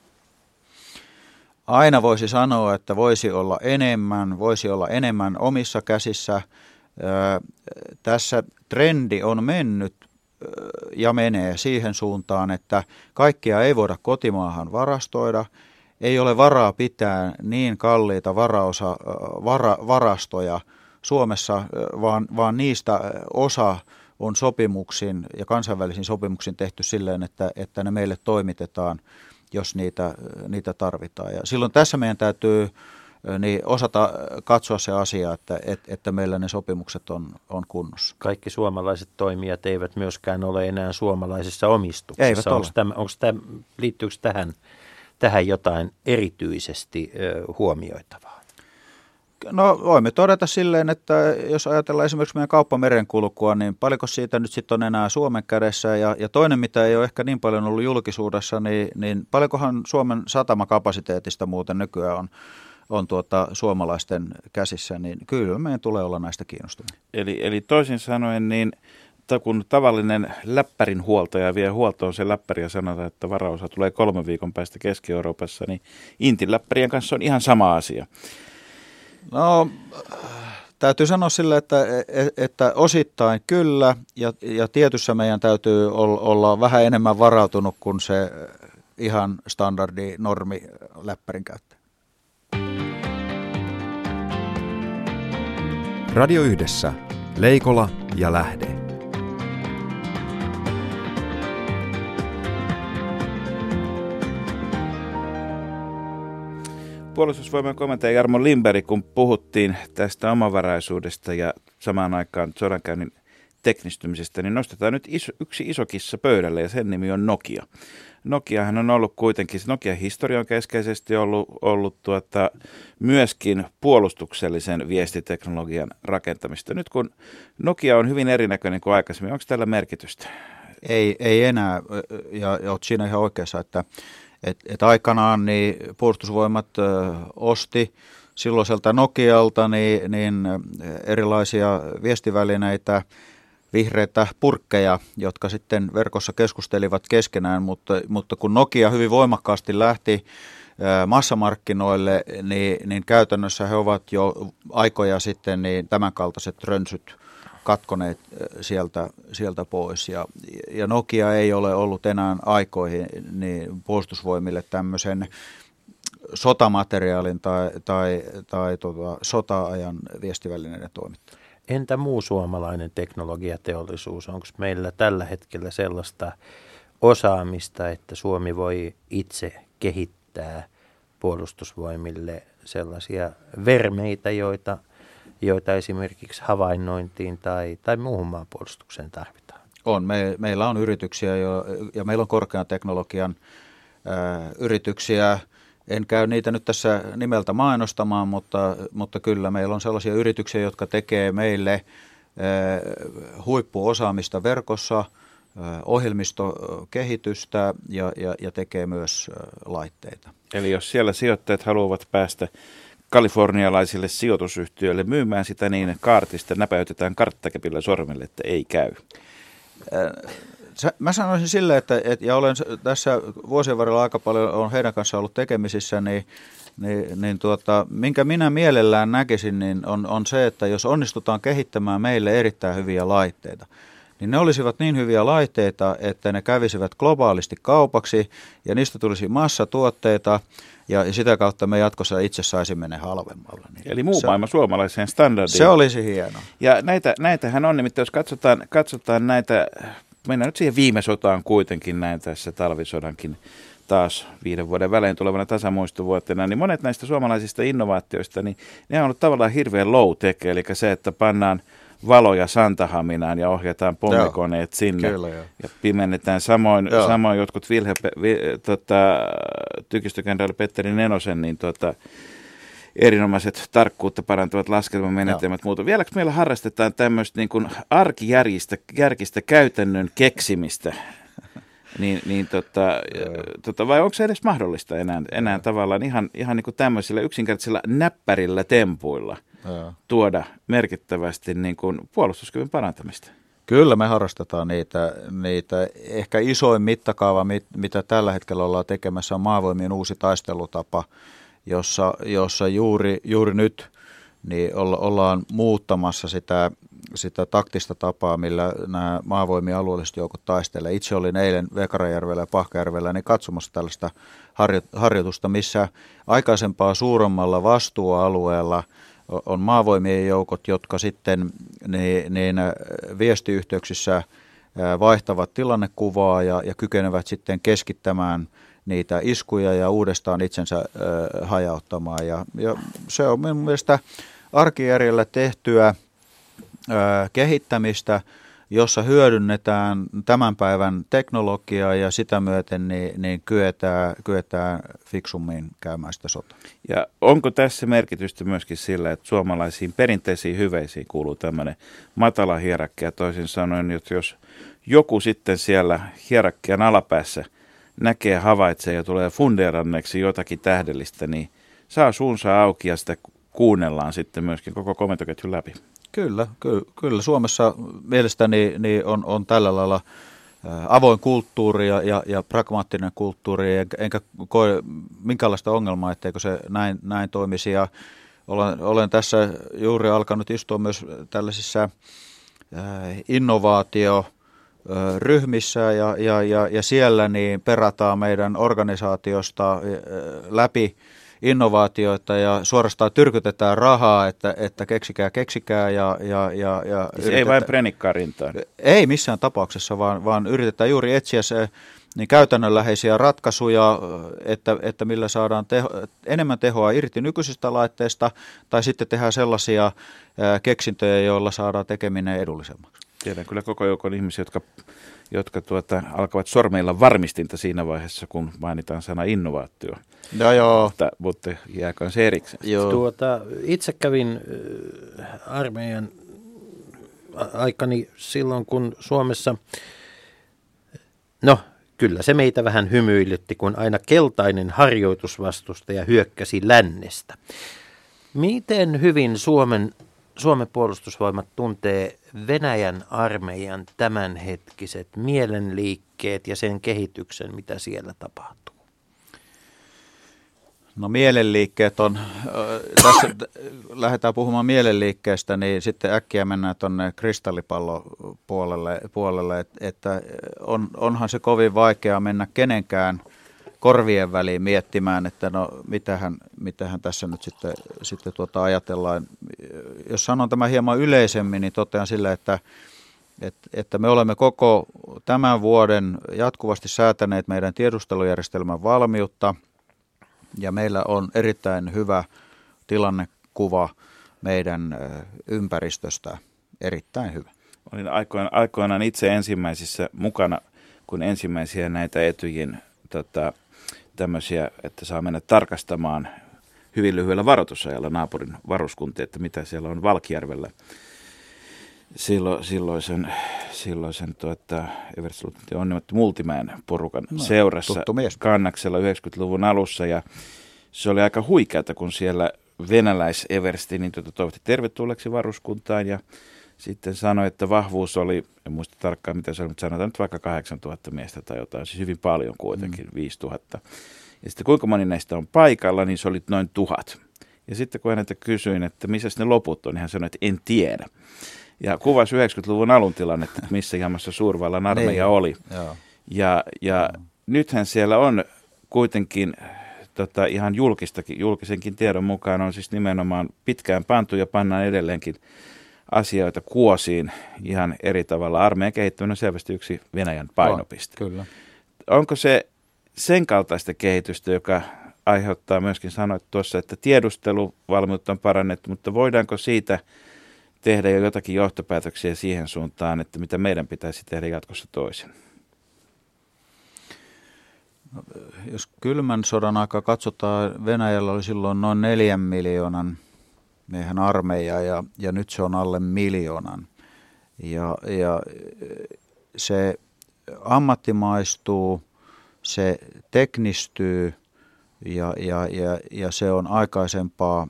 Aina voisi sanoa, että voisi olla enemmän omissa käsissä. Tässä trendi on mennyt ja menee siihen suuntaan, että kaikkia ei voida kotimaahan varastoida. Ei ole varaa pitää niin kalliita varastoja Suomessa, vaan niistä osa on sopimuksin ja kansainvälisin sopimuksin tehty silleen, että ne meille toimitetaan, jos niitä tarvitaan. Ja silloin tässä meidän täytyy osata katsoa se asia, että meillä ne sopimukset on kunnossa. Kaikki suomalaiset toimijat eivät myöskään ole enää suomalaisessa omistuksessa. Eivät ole. Liittyykö tähän jotain erityisesti huomioitavaa? No voimme todeta silleen, että jos ajatellaan esimerkiksi meidän kauppamerenkulkua, niin paljonko siitä nyt sitten on enää Suomen kädessä ja toinen, mitä ei ole ehkä niin paljon ollut julkisuudessa, niin paljonkohan Suomen satamakapasiteetista muuten nykyään on suomalaisten käsissä, niin kyllä meidän tulee olla näistä kiinnostunut. Eli toisin sanoen, niin kun tavallinen läppärin huoltaja vie huoltoon se läppäri ja sanotaan, että varaosa tulee 3 viikon päästä Keski-Euroopassa, niin Intin läppärien kanssa on ihan sama asia. No, täytyy sanoa sille, että osittain kyllä, ja tietyssä meidän täytyy olla vähän enemmän varautunut kuin se ihan standardi normi läppärin käyttäjä. Radio Yhdessä. Leikola ja Lähde. Puolustusvoiman komentaja Jarmo Lindberg, kun puhuttiin tästä omavaraisuudesta ja samaan aikaan sodankäynnin teknistymisestä, niin nostetaan nyt yksi iso kissa pöydälle ja sen nimi on Nokia. Nokiahan on ollut kuitenkin, Nokian historia on keskeisesti ollut myöskin puolustuksellisen viestiteknologian rakentamista. Nyt kun Nokia on hyvin erinäköinen kuin aikaisemmin, onko tällä merkitystä? Ei enää, ja olet siinä ihan oikeassa, että aikanaan niin puolustusvoimat osti silloiselta Nokialta niin erilaisia viestivälineitä, vihreitä purkkeja, jotka sitten verkossa keskustelivat keskenään, mutta kun Nokia hyvin voimakkaasti lähti massamarkkinoille, niin käytännössä he ovat jo aikoja sitten niin tämänkaltaiset rönsyt katkoneet sieltä pois. Ja Nokia ei ole ollut enää aikoihin niin puolustusvoimille tämmöisen sotamateriaalin tai sota-ajan viestivälineiden toimittaja. Entä muu suomalainen teknologiateollisuus? Onko meillä tällä hetkellä sellaista osaamista, että Suomi voi itse kehittää puolustusvoimille sellaisia vermeitä, joita esimerkiksi havainnointiin tai muuhun maanpuolustukseen tarvitaan? On. Meillä on yrityksiä ja meillä on korkean teknologian yrityksiä. En käy niitä nyt tässä nimeltä mainostamaan, mutta kyllä meillä on sellaisia yrityksiä, jotka tekee meille huippuosaamista verkossa, ohjelmistokehitystä ja tekee myös laitteita. Eli jos siellä sijoittajat haluavat päästä kalifornialaisille sijoitusyhtiöille myymään sitä, niin kaartista näpäytetään karttakepillä sormelle, että ei käy. Mä sanoisin sille, ja olen tässä vuosien varrella aika paljon on heidän kanssaan ollut tekemisissä, minkä minä mielellään näkisin, niin on se, että jos onnistutaan kehittämään meille erittäin hyviä laitteita, niin ne olisivat niin hyviä laitteita, että ne kävisivät globaalisti kaupaksi ja niistä tulisi massatuotteita ja sitä kautta me jatkossa itse saisimme ne halvemmalla. Niin eli muu maailma suomalaiseen standardiin. Se olisi hienoa. Ja näitähän on, nimittäin jos katsotaan näitä, mennään nyt siihen viime sotaan kuitenkin näin tässä talvisodankin taas 5 vuoden välein tulevana tasamuistovuotena, niin monet näistä suomalaisista innovaatioista, niin ne on ollut tavallaan hirveän low-tech, eli se, että pannaan valoja Santahaminaan ja ohjataan pommikoneet sinne. Kyllä, ja pimennetään samoin jotkut tykistökenraali Petteri Nenosen niin erinomaiset tarkkuutta parantavat laskelmamenetelmät muuta. Vieläkö meillä harrastetaan tämmöistä niin kuin arkijärkistä käytännön keksimistä Vai onko se edes mahdollista enää tavallaan ihan niin kuin tämmöisillä yksinkertaisilla näppärillä tempuilla tuoda merkittävästi niin kuin puolustuskyvyn parantamista? Kyllä me harrastetaan niitä. Ehkä isoin mittakaava, mitä tällä hetkellä ollaan tekemässä, on Maavoimien uusi taistelutapa, jossa juuri nyt niin ollaan muuttamassa sitä taktista tapaa, millä nämä Maavoimien alueelliset joukot taistelee. Itse olin eilen Vekarajärvellä ja Pahkajärvellä niin katsomassa tällaista harjoitusta, missä aikaisempaa suuremmalla vastuualueella on Maavoimien joukot, jotka sitten niin viestiyhteyksissä vaihtavat tilannekuvaa ja kykenevät sitten keskittämään niitä iskuja ja uudestaan itsensä hajauttamaan. Ja se on minun mielestä arkijärjellä tehtyä kehittämistä, jossa hyödynnetään tämän päivän teknologiaa ja sitä myöten niin kyetään fiksummin käymään sitä sotaa. Ja onko tässä merkitystä myöskin sillä, että suomalaisiin perinteisiin hyveisiin kuuluu tämmöinen matala hierarkia, toisin sanoen, että jos joku sitten siellä hierarkian alapäässä näkee, havaitsee ja tulee fundeeranneeksi jotakin tähdellistä, niin saa suunsa auki ja sitä kuunnellaan sitten myöskin koko komentoketjun läpi. Kyllä. Suomessa mielestäni niin on tällä lailla avoin kulttuuri ja pragmaattinen kulttuuri, enkä koe minkäänlaista ongelmaa, etteikö se näin toimisi. Ja olen tässä juuri alkanut istua myös tällaisissa innovaatioryhmissä ja siellä niin perataan meidän organisaatiosta läpi innovaatioita ja suorastaan tyrkytetään rahaa, että keksikää ja ei vain prenikkaa rintaan. Ei missään tapauksessa, vaan yritetään juuri etsiä se niin käytännönläheisiä ratkaisuja, että millä saadaan enemmän tehoa irti nykyisistä laitteista, tai sitten tehdään sellaisia keksintöjä, joilla saadaan tekeminen edullisemmaksi. Tiedän kyllä koko joukon ihmisiä, jotka alkavat sormeilla varmistinta siinä vaiheessa, kun mainitaan sana innovaatio. Joo. Mutta jääköön se erikseen. Itse kävin armeijan aikani silloin, kun Suomessa, kyllä se meitä vähän hymyilytti, kun aina keltainen harjoitusvastustaja hyökkäsi lännestä. Miten hyvin Suomen puolustusvoimat tuntee Venäjän armeijan tämänhetkiset mielenliikkeet ja sen kehityksen, mitä siellä tapahtuu? No mielenliikkeet on, tässä lähdetään puhumaan mielenliikkeestä, niin sitten äkkiä mennään tuonne kristallipallopuolelle, että onhan se kovin vaikea mennä kenenkään korvien väliin miettimään, että mitähän tässä nyt sitten ajatellaan. Jos sanon tämän hieman yleisemmin, niin totean sillä, että me olemme koko tämän vuoden jatkuvasti säätäneet meidän tiedustelujärjestelmän valmiutta, ja meillä on erittäin hyvä tilannekuva meidän ympäristöstä, erittäin hyvä. Olin aikoinaan itse ensimmäisissä mukana, kun ensimmäisiä näitä Etyjin tämmöisiä, että saa mennä tarkastamaan hyvin lyhyellä varoitusajalla naapurin varuskuntia, että mitä siellä on Valkjärvellä. Silloisen everstiluutnantti Onni-Matti Multimäen porukan seurassa Kannaksella 90-luvun alussa, ja se oli aika huikeata, kun siellä venäläis-eversti niin toivotti tervetulleeksi varuskuntaan, ja sitten sanoi, että vahvuus oli, en muista tarkkaan mitä se oli, mutta sanotaan nyt vaikka 8000 miestä tai jotain, siis hyvin paljon kuitenkin, 5000. Ja sitten kuinka moni näistä on paikalla, niin se oli noin 1000. Ja sitten kun häneltä kysyin, että missä ne loput on, niin hän sanoi, että en tiedä. Ja kuvasi 90-luvun alun tilannetta, että missä jamassa suurvallan armeija oli. Ja nythän siellä on kuitenkin ihan julkisenkin tiedon mukaan on siis nimenomaan pitkään pantu ja pannaan edelleenkin asioita kuosiin ihan eri tavalla. Armeijan kehittäminen on selvästi yksi Venäjän painopiste. Kyllä. Onko se sen kaltaista kehitystä, joka aiheuttaa myöskin, sanoit tuossa, että tiedusteluvalmiutta on parannettu, mutta voidaanko siitä tehdä jo jotakin johtopäätöksiä siihen suuntaan, että mitä meidän pitäisi tehdä jatkossa toisin? No, jos kylmän sodan aikaa katsotaan, Venäjällä oli silloin noin 4 miljoonan miehen armeija ja nyt se on alle 1 miljoonan. Ja se ammattimaistuu, se teknistyy ja se on aikaisempaa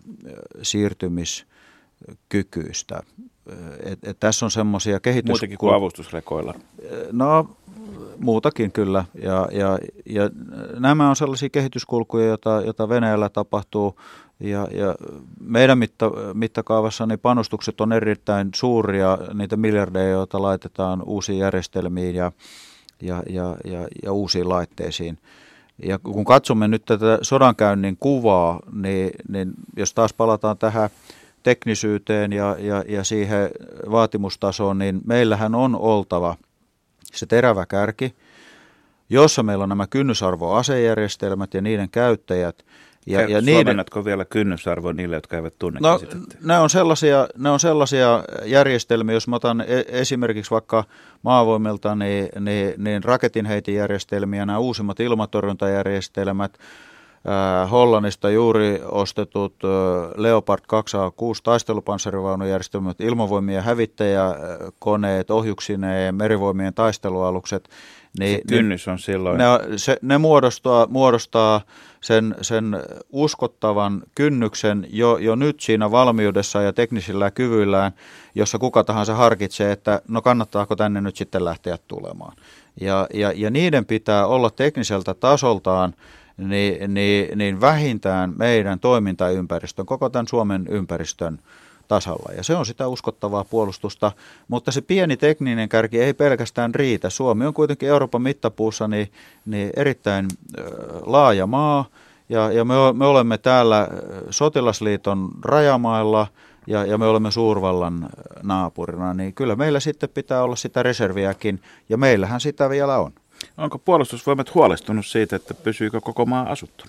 siirtymiskykyistä. Tässä on semmoisia Muutakin kuin avustusrekoilla. No muutakin kyllä. Ja nämä on sellaisia kehityskulkuja, joita Venäjällä tapahtuu. Ja meidän mittakaavassa niin panostukset on erittäin suuria, niitä miljardeja, joita laitetaan uusiin järjestelmiin ja uusiin laitteisiin. Ja kun katsomme nyt tätä sodankäynnin kuvaa, niin jos taas palataan tähän teknisyyteen ja siihen vaatimustasoon, niin meillähän on oltava se terävä kärki, jossa meillä on nämä kynnysarvoasejärjestelmät ja niiden käyttäjät. Suomennatko vielä kynnysarvo niille, jotka eivät tunne käsitettä? Ne on sellaisia järjestelmiä, jos mä otan esimerkiksi vaikka maavoimilta, niin raketinheitijärjestelmiä, nämä uusimmat ilmatorjuntajärjestelmät, Hollannista juuri ostetut Leopard 2A6 taistelupanssarivaunujärjestelmät, ilmavoimien hävittäjäkoneet, ohjuksineen, merivoimien taistelualukset. Se kynnys on silloin. Ne muodostaa sen uskottavan kynnyksen jo nyt siinä valmiudessa ja teknisillä kyvyillään, jossa kuka tahansa harkitsee, että no kannattaako tänne nyt sitten lähteä tulemaan. Ja niiden pitää olla tekniseltä tasoltaan niin vähintään meidän toimintaympäristön, koko tämän Suomen ympäristön tasalla. Ja se on sitä uskottavaa puolustusta, mutta se pieni tekninen kärki ei pelkästään riitä. Suomi on kuitenkin Euroopan mittapuussa niin erittäin laaja maa, ja me olemme täällä sotilasliiton rajamailla, ja me olemme suurvallan naapurina, niin kyllä meillä sitten pitää olla sitä reserviäkin, ja meillähän sitä vielä on. Onko puolustusvoimat huolestunut siitä, että pysyykö koko maa asuttuna?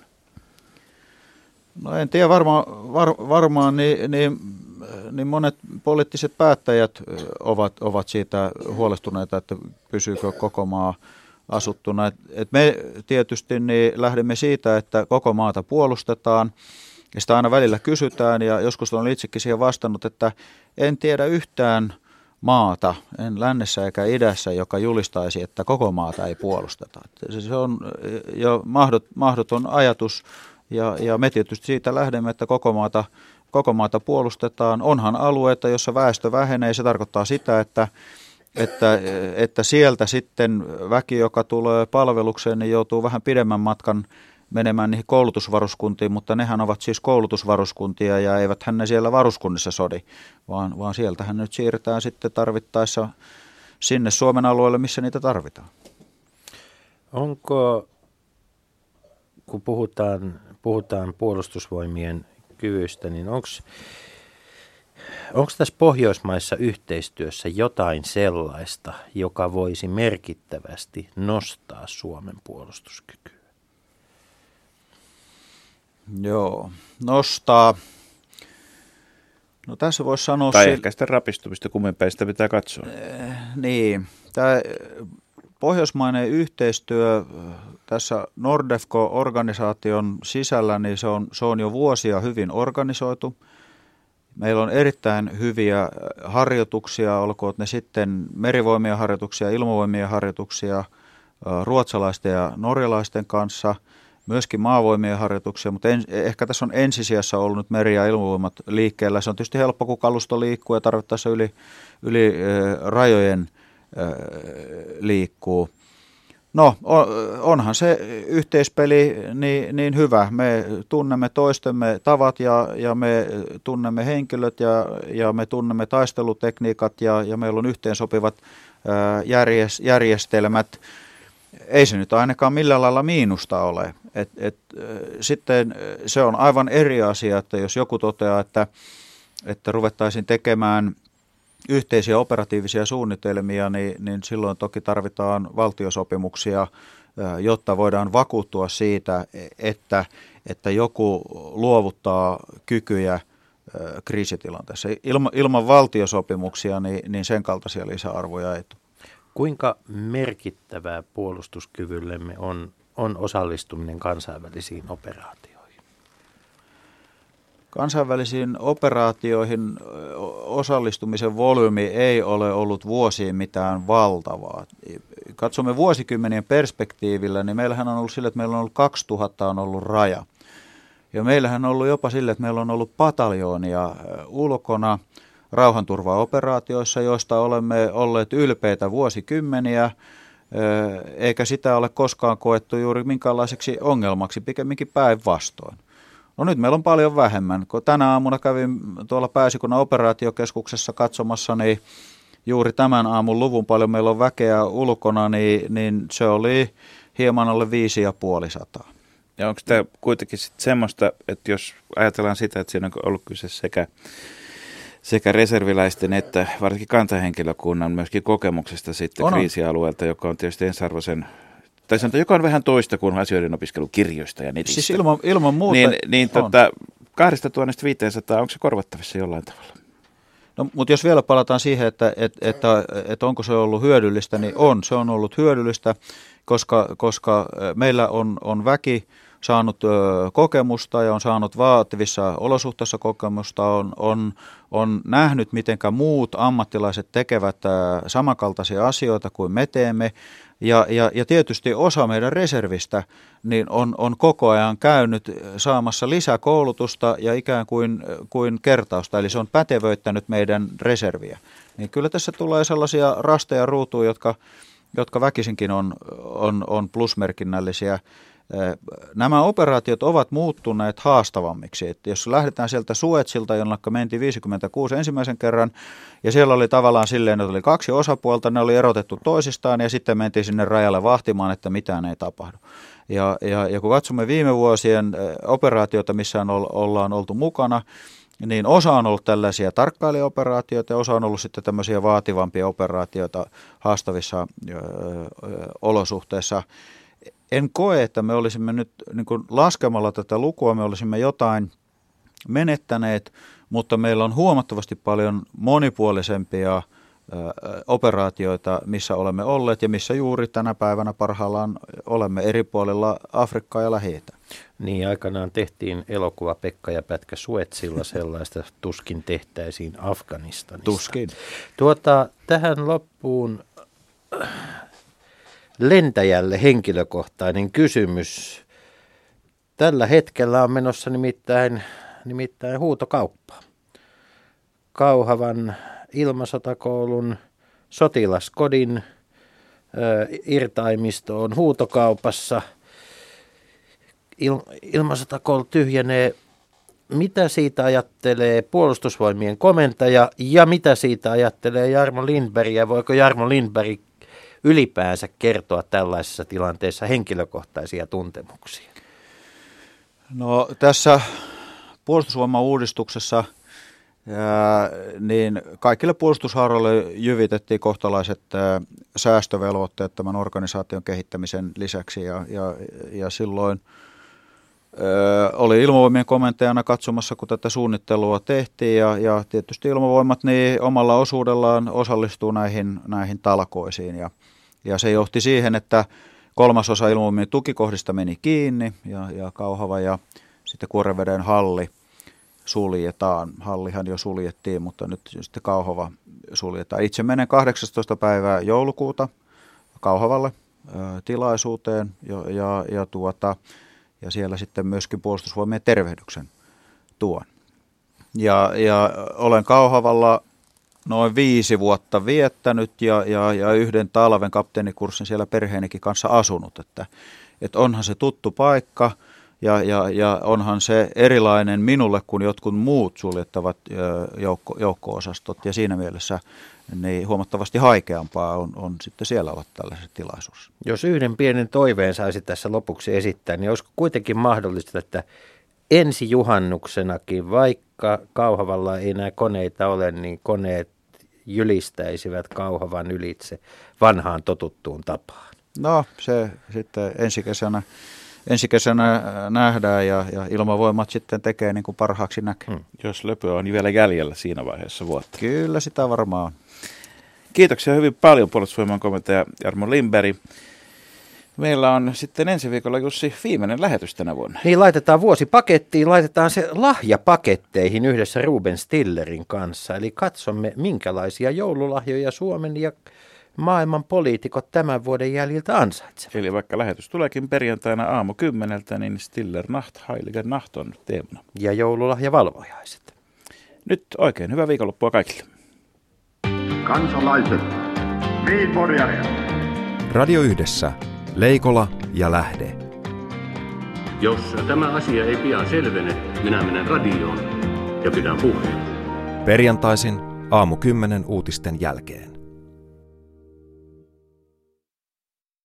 No en tiedä, varmaan niin monet poliittiset päättäjät ovat siitä huolestuneita, että pysyykö koko maa asuttuna. Et me tietysti niin lähdemme siitä, että koko maata puolustetaan, ja sitä aina välillä kysytään, ja joskus olen itsekin siihen vastannut, että en tiedä yhtään maata, en lännessä eikä idässä, joka julistaisi, että koko maata ei puolusteta. Se on jo mahdoton ajatus, ja me tietysti siitä lähdemme, että koko maata puolustetaan. Onhan alueita, jossa väestö vähenee, se tarkoittaa sitä, että sieltä sitten väki, joka tulee palvelukseen, niin joutuu vähän pidemmän matkan menemään niihin koulutusvaruskuntiin, mutta nehän ovat siis koulutusvaruskuntia ja eiväthän ne siellä varuskunnissa sodi, vaan sieltähän nyt siirretään sitten tarvittaessa sinne Suomen alueelle, missä niitä tarvitaan. Onko, kun puhutaan puolustusvoimien kyvystä, niin onko tässä Pohjoismaissa yhteistyössä jotain sellaista, joka voisi merkittävästi nostaa Suomen puolustuskykyä? Joo, nostaa. No tässä voisi sanoa... Tai ehkä sitä rapistumista kumminpäistä pitää katsoa. Niin, tämä pohjoismainen yhteistyö tässä Nordefco-organisaation sisällä, niin se on jo vuosia hyvin organisoitu. Meillä on erittäin hyviä harjoituksia, olkoon ne sitten merivoimien harjoituksia, ilmavoimien harjoituksia ruotsalaisten ja norjalaisten kanssa, myöskin maavoimien harjoituksia, mutta ehkä tässä on ensisijassa ollut nyt meri- ja ilmavoimat liikkeellä. Se on tietysti helppo, kun kalusto liikkuu ja tarvittaessa yli rajojen liikkuu. No, onhan se yhteispeli niin hyvä. Me tunnemme toistemme tavat ja me tunnemme henkilöt ja me tunnemme taistelutekniikat ja meillä on yhteensopivat järjestelmät. Ei se nyt ainakaan millään lailla miinusta ole. Sitten se on aivan eri asia, että jos joku toteaa, että ruvettaisiin tekemään yhteisiä operatiivisia suunnitelmia, niin silloin toki tarvitaan valtiosopimuksia, jotta voidaan vakuuttua siitä, että joku luovuttaa kykyjä kriisitilanteessa. Ilman valtiosopimuksia niin sen kaltaisia lisäarvoja ei tule. Kuinka merkittävää puolustuskyvyllemme on osallistuminen kansainvälisiin operaatioihin? Kansainvälisiin operaatioihin osallistumisen volyymi ei ole ollut vuosiin mitään valtavaa. katsomme vuosikymmenien perspektiivillä, niin meillähän on ollut sille, että meillä on ollut 2000 on ollut raja. Ja meillähän on ollut jopa sille, että meillä on ollut pataljoonia ulkona rauhanturvaoperaatioissa, joista olemme olleet ylpeitä vuosikymmeniä, eikä sitä ole koskaan koettu juuri minkäänlaiseksi ongelmaksi, pikemminkin päinvastoin. No nyt meillä on paljon vähemmän. Kun tänä aamuna kävin tuolla Pääesikunnan operaatiokeskuksessa katsomassa, niin juuri tämän aamun luvun paljon meillä on väkeä ulkona, niin se oli hieman alle 550. Ja onko tämä kuitenkin sitten semmoista, että jos ajatellaan sitä, että siinä on ollut kyse sekä reserviläisten että varsinkin kantahenkilökunnan myöskin kokemuksesta sitten kriisialueelta, joka on tietysti ensiarvoisen, tai sanotaan, joka on vähän toista kuin asioiden opiskelu kirjoista ja netistä. Siis ilman muuta niin 2500, onko se korvattavissa jollain tavalla? No, mutta jos vielä palataan siihen, että onko se ollut hyödyllistä, niin se on ollut hyödyllistä, koska meillä on väki saanut kokemusta ja on saanut vaativissa olosuhteissa kokemusta, on nähnyt, mitenkä muut ammattilaiset tekevät samankaltaisia asioita kuin me teemme. Ja tietysti osa meidän reservistä niin on koko ajan käynyt saamassa lisäkoulutusta ja ikään kuin kertausta, eli se on pätevöittänyt meidän reserviä. Niin kyllä tässä tulee sellaisia rasteja ruutuja, jotka väkisinkin on plusmerkinnällisiä. Nämä operaatiot ovat muuttuneet haastavammiksi. Että jos lähdetään sieltä Suezilta, jonne mentiin 56 ensimmäisen kerran, ja siellä oli tavallaan silleen, että oli kaksi osapuolta, ne oli erotettu toisistaan, ja sitten mentiin sinne rajalle vahtimaan, että mitään ei tapahdu. Ja kun katsomme viime vuosien operaatioita, missä ollaan oltu mukana, niin osa on ollut tällaisia tarkkailijaoperaatioita ja osa on ollut sitten tämmöisiä vaativampia operaatioita haastavissa olosuhteissa. En koe, että me olisimme nyt niin kuin laskemalla tätä lukua, me olisimme jotain menettäneet, mutta meillä on huomattavasti paljon monipuolisempia operaatioita, missä olemme olleet ja missä juuri tänä päivänä parhaillaan olemme eri puolilla Afrikkaa ja Lähi-Itää. Niin, aikanaan tehtiin elokuva Pekka ja Pätkä Suezilla, sellaista tuskin tehtäisiin Afganistanista. Tuskin. Tähän loppuun lentäjälle henkilökohtainen kysymys. Tällä hetkellä on menossa nimittäin huutokauppa. Kauhavan ilmasotakoulun sotilaskodin irtaimisto on huutokaupassa. Ilmasotakoulu tyhjenee. Mitä siitä ajattelee Puolustusvoimien komentaja ja mitä siitä ajattelee Jarmo Lindberg ja voiko Jarmo Lindberg ylipäänsä kertoa tällaisessa tilanteessa henkilökohtaisia tuntemuksia? No tässä puolustusvoimauudistuksessa niin kaikille puolustushaaroille jyvitettiin kohtalaiset säästövelvoitteet tämän organisaation kehittämisen lisäksi ja silloin oli Ilmavoimien komentajana katsomassa, kun tätä suunnittelua tehtiin ja tietysti Ilmavoimat niin omalla osuudellaan osallistuu näihin talkoisiin ja se johti siihen, että 1/3 Ilmavoimien tukikohdista meni kiinni ja Kauhava ja sitten Kuoreveden halli suljetaan. Hallihan jo suljettiin, mutta nyt sitten Kauhava suljetaan. Itse menen 18. päivää joulukuuta Kauhavalle tilaisuuteen ja siellä sitten myöskin Puolustusvoimien tervehdyksen tuon. Ja olen Kauhavalla noin 5 vuotta viettänyt ja yhden talven kapteenikurssin siellä perheenikin kanssa asunut, että onhan se tuttu paikka ja onhan se erilainen minulle kuin jotkut muut suljettavat joukko-osastot ja siinä mielessä niin huomattavasti haikeampaa on sitten siellä olla tällaisessa tilaisuudessa. Jos yhden pienen toiveen saisi tässä lopuksi esittää, niin olisiko kuitenkin mahdollista, että ensi juhannuksenakin, vaikka Kauhavalla ei enää koneita ole, niin koneet jylistäisivät Kauhavan ylitse vanhaan totuttuun tapaan? No se sitten ensi kesänä nähdään ja Ilmavoimat sitten tekee niin kuin parhaaksi näkee. Jos löpöä on vielä jäljellä siinä vaiheessa vuotta. Kyllä sitä varmaan on. Kiitoksia hyvin paljon Puolustusvoiman komentaja Jarmo Lindberg. Meillä on sitten ensi viikolla, Jussi, viimeinen lähetys tänä vuonna. Niin, laitetaan vuosi pakettiin, laitetaan se lahjapaketteihin yhdessä Ruben Stillerin kanssa. Eli katsomme, minkälaisia joululahjoja Suomen ja maailman poliitikot tämän vuoden jäljiltä ansaitsevat. Eli vaikka lähetys tuleekin perjantaina aamu 10, niin Stiller Nacht, Heiliger Nacht on teemana. Ja joululahjavalvojaiset. Nyt oikein hyvää viikonloppua kaikille. Kansalaiset. Radio Yhdessä, Leikola ja Lähde. Jos tämä asia ei pian selvene, minä menen radioon ja pidän puheen. Perjantaisin aamu 10 uutisten jälkeen.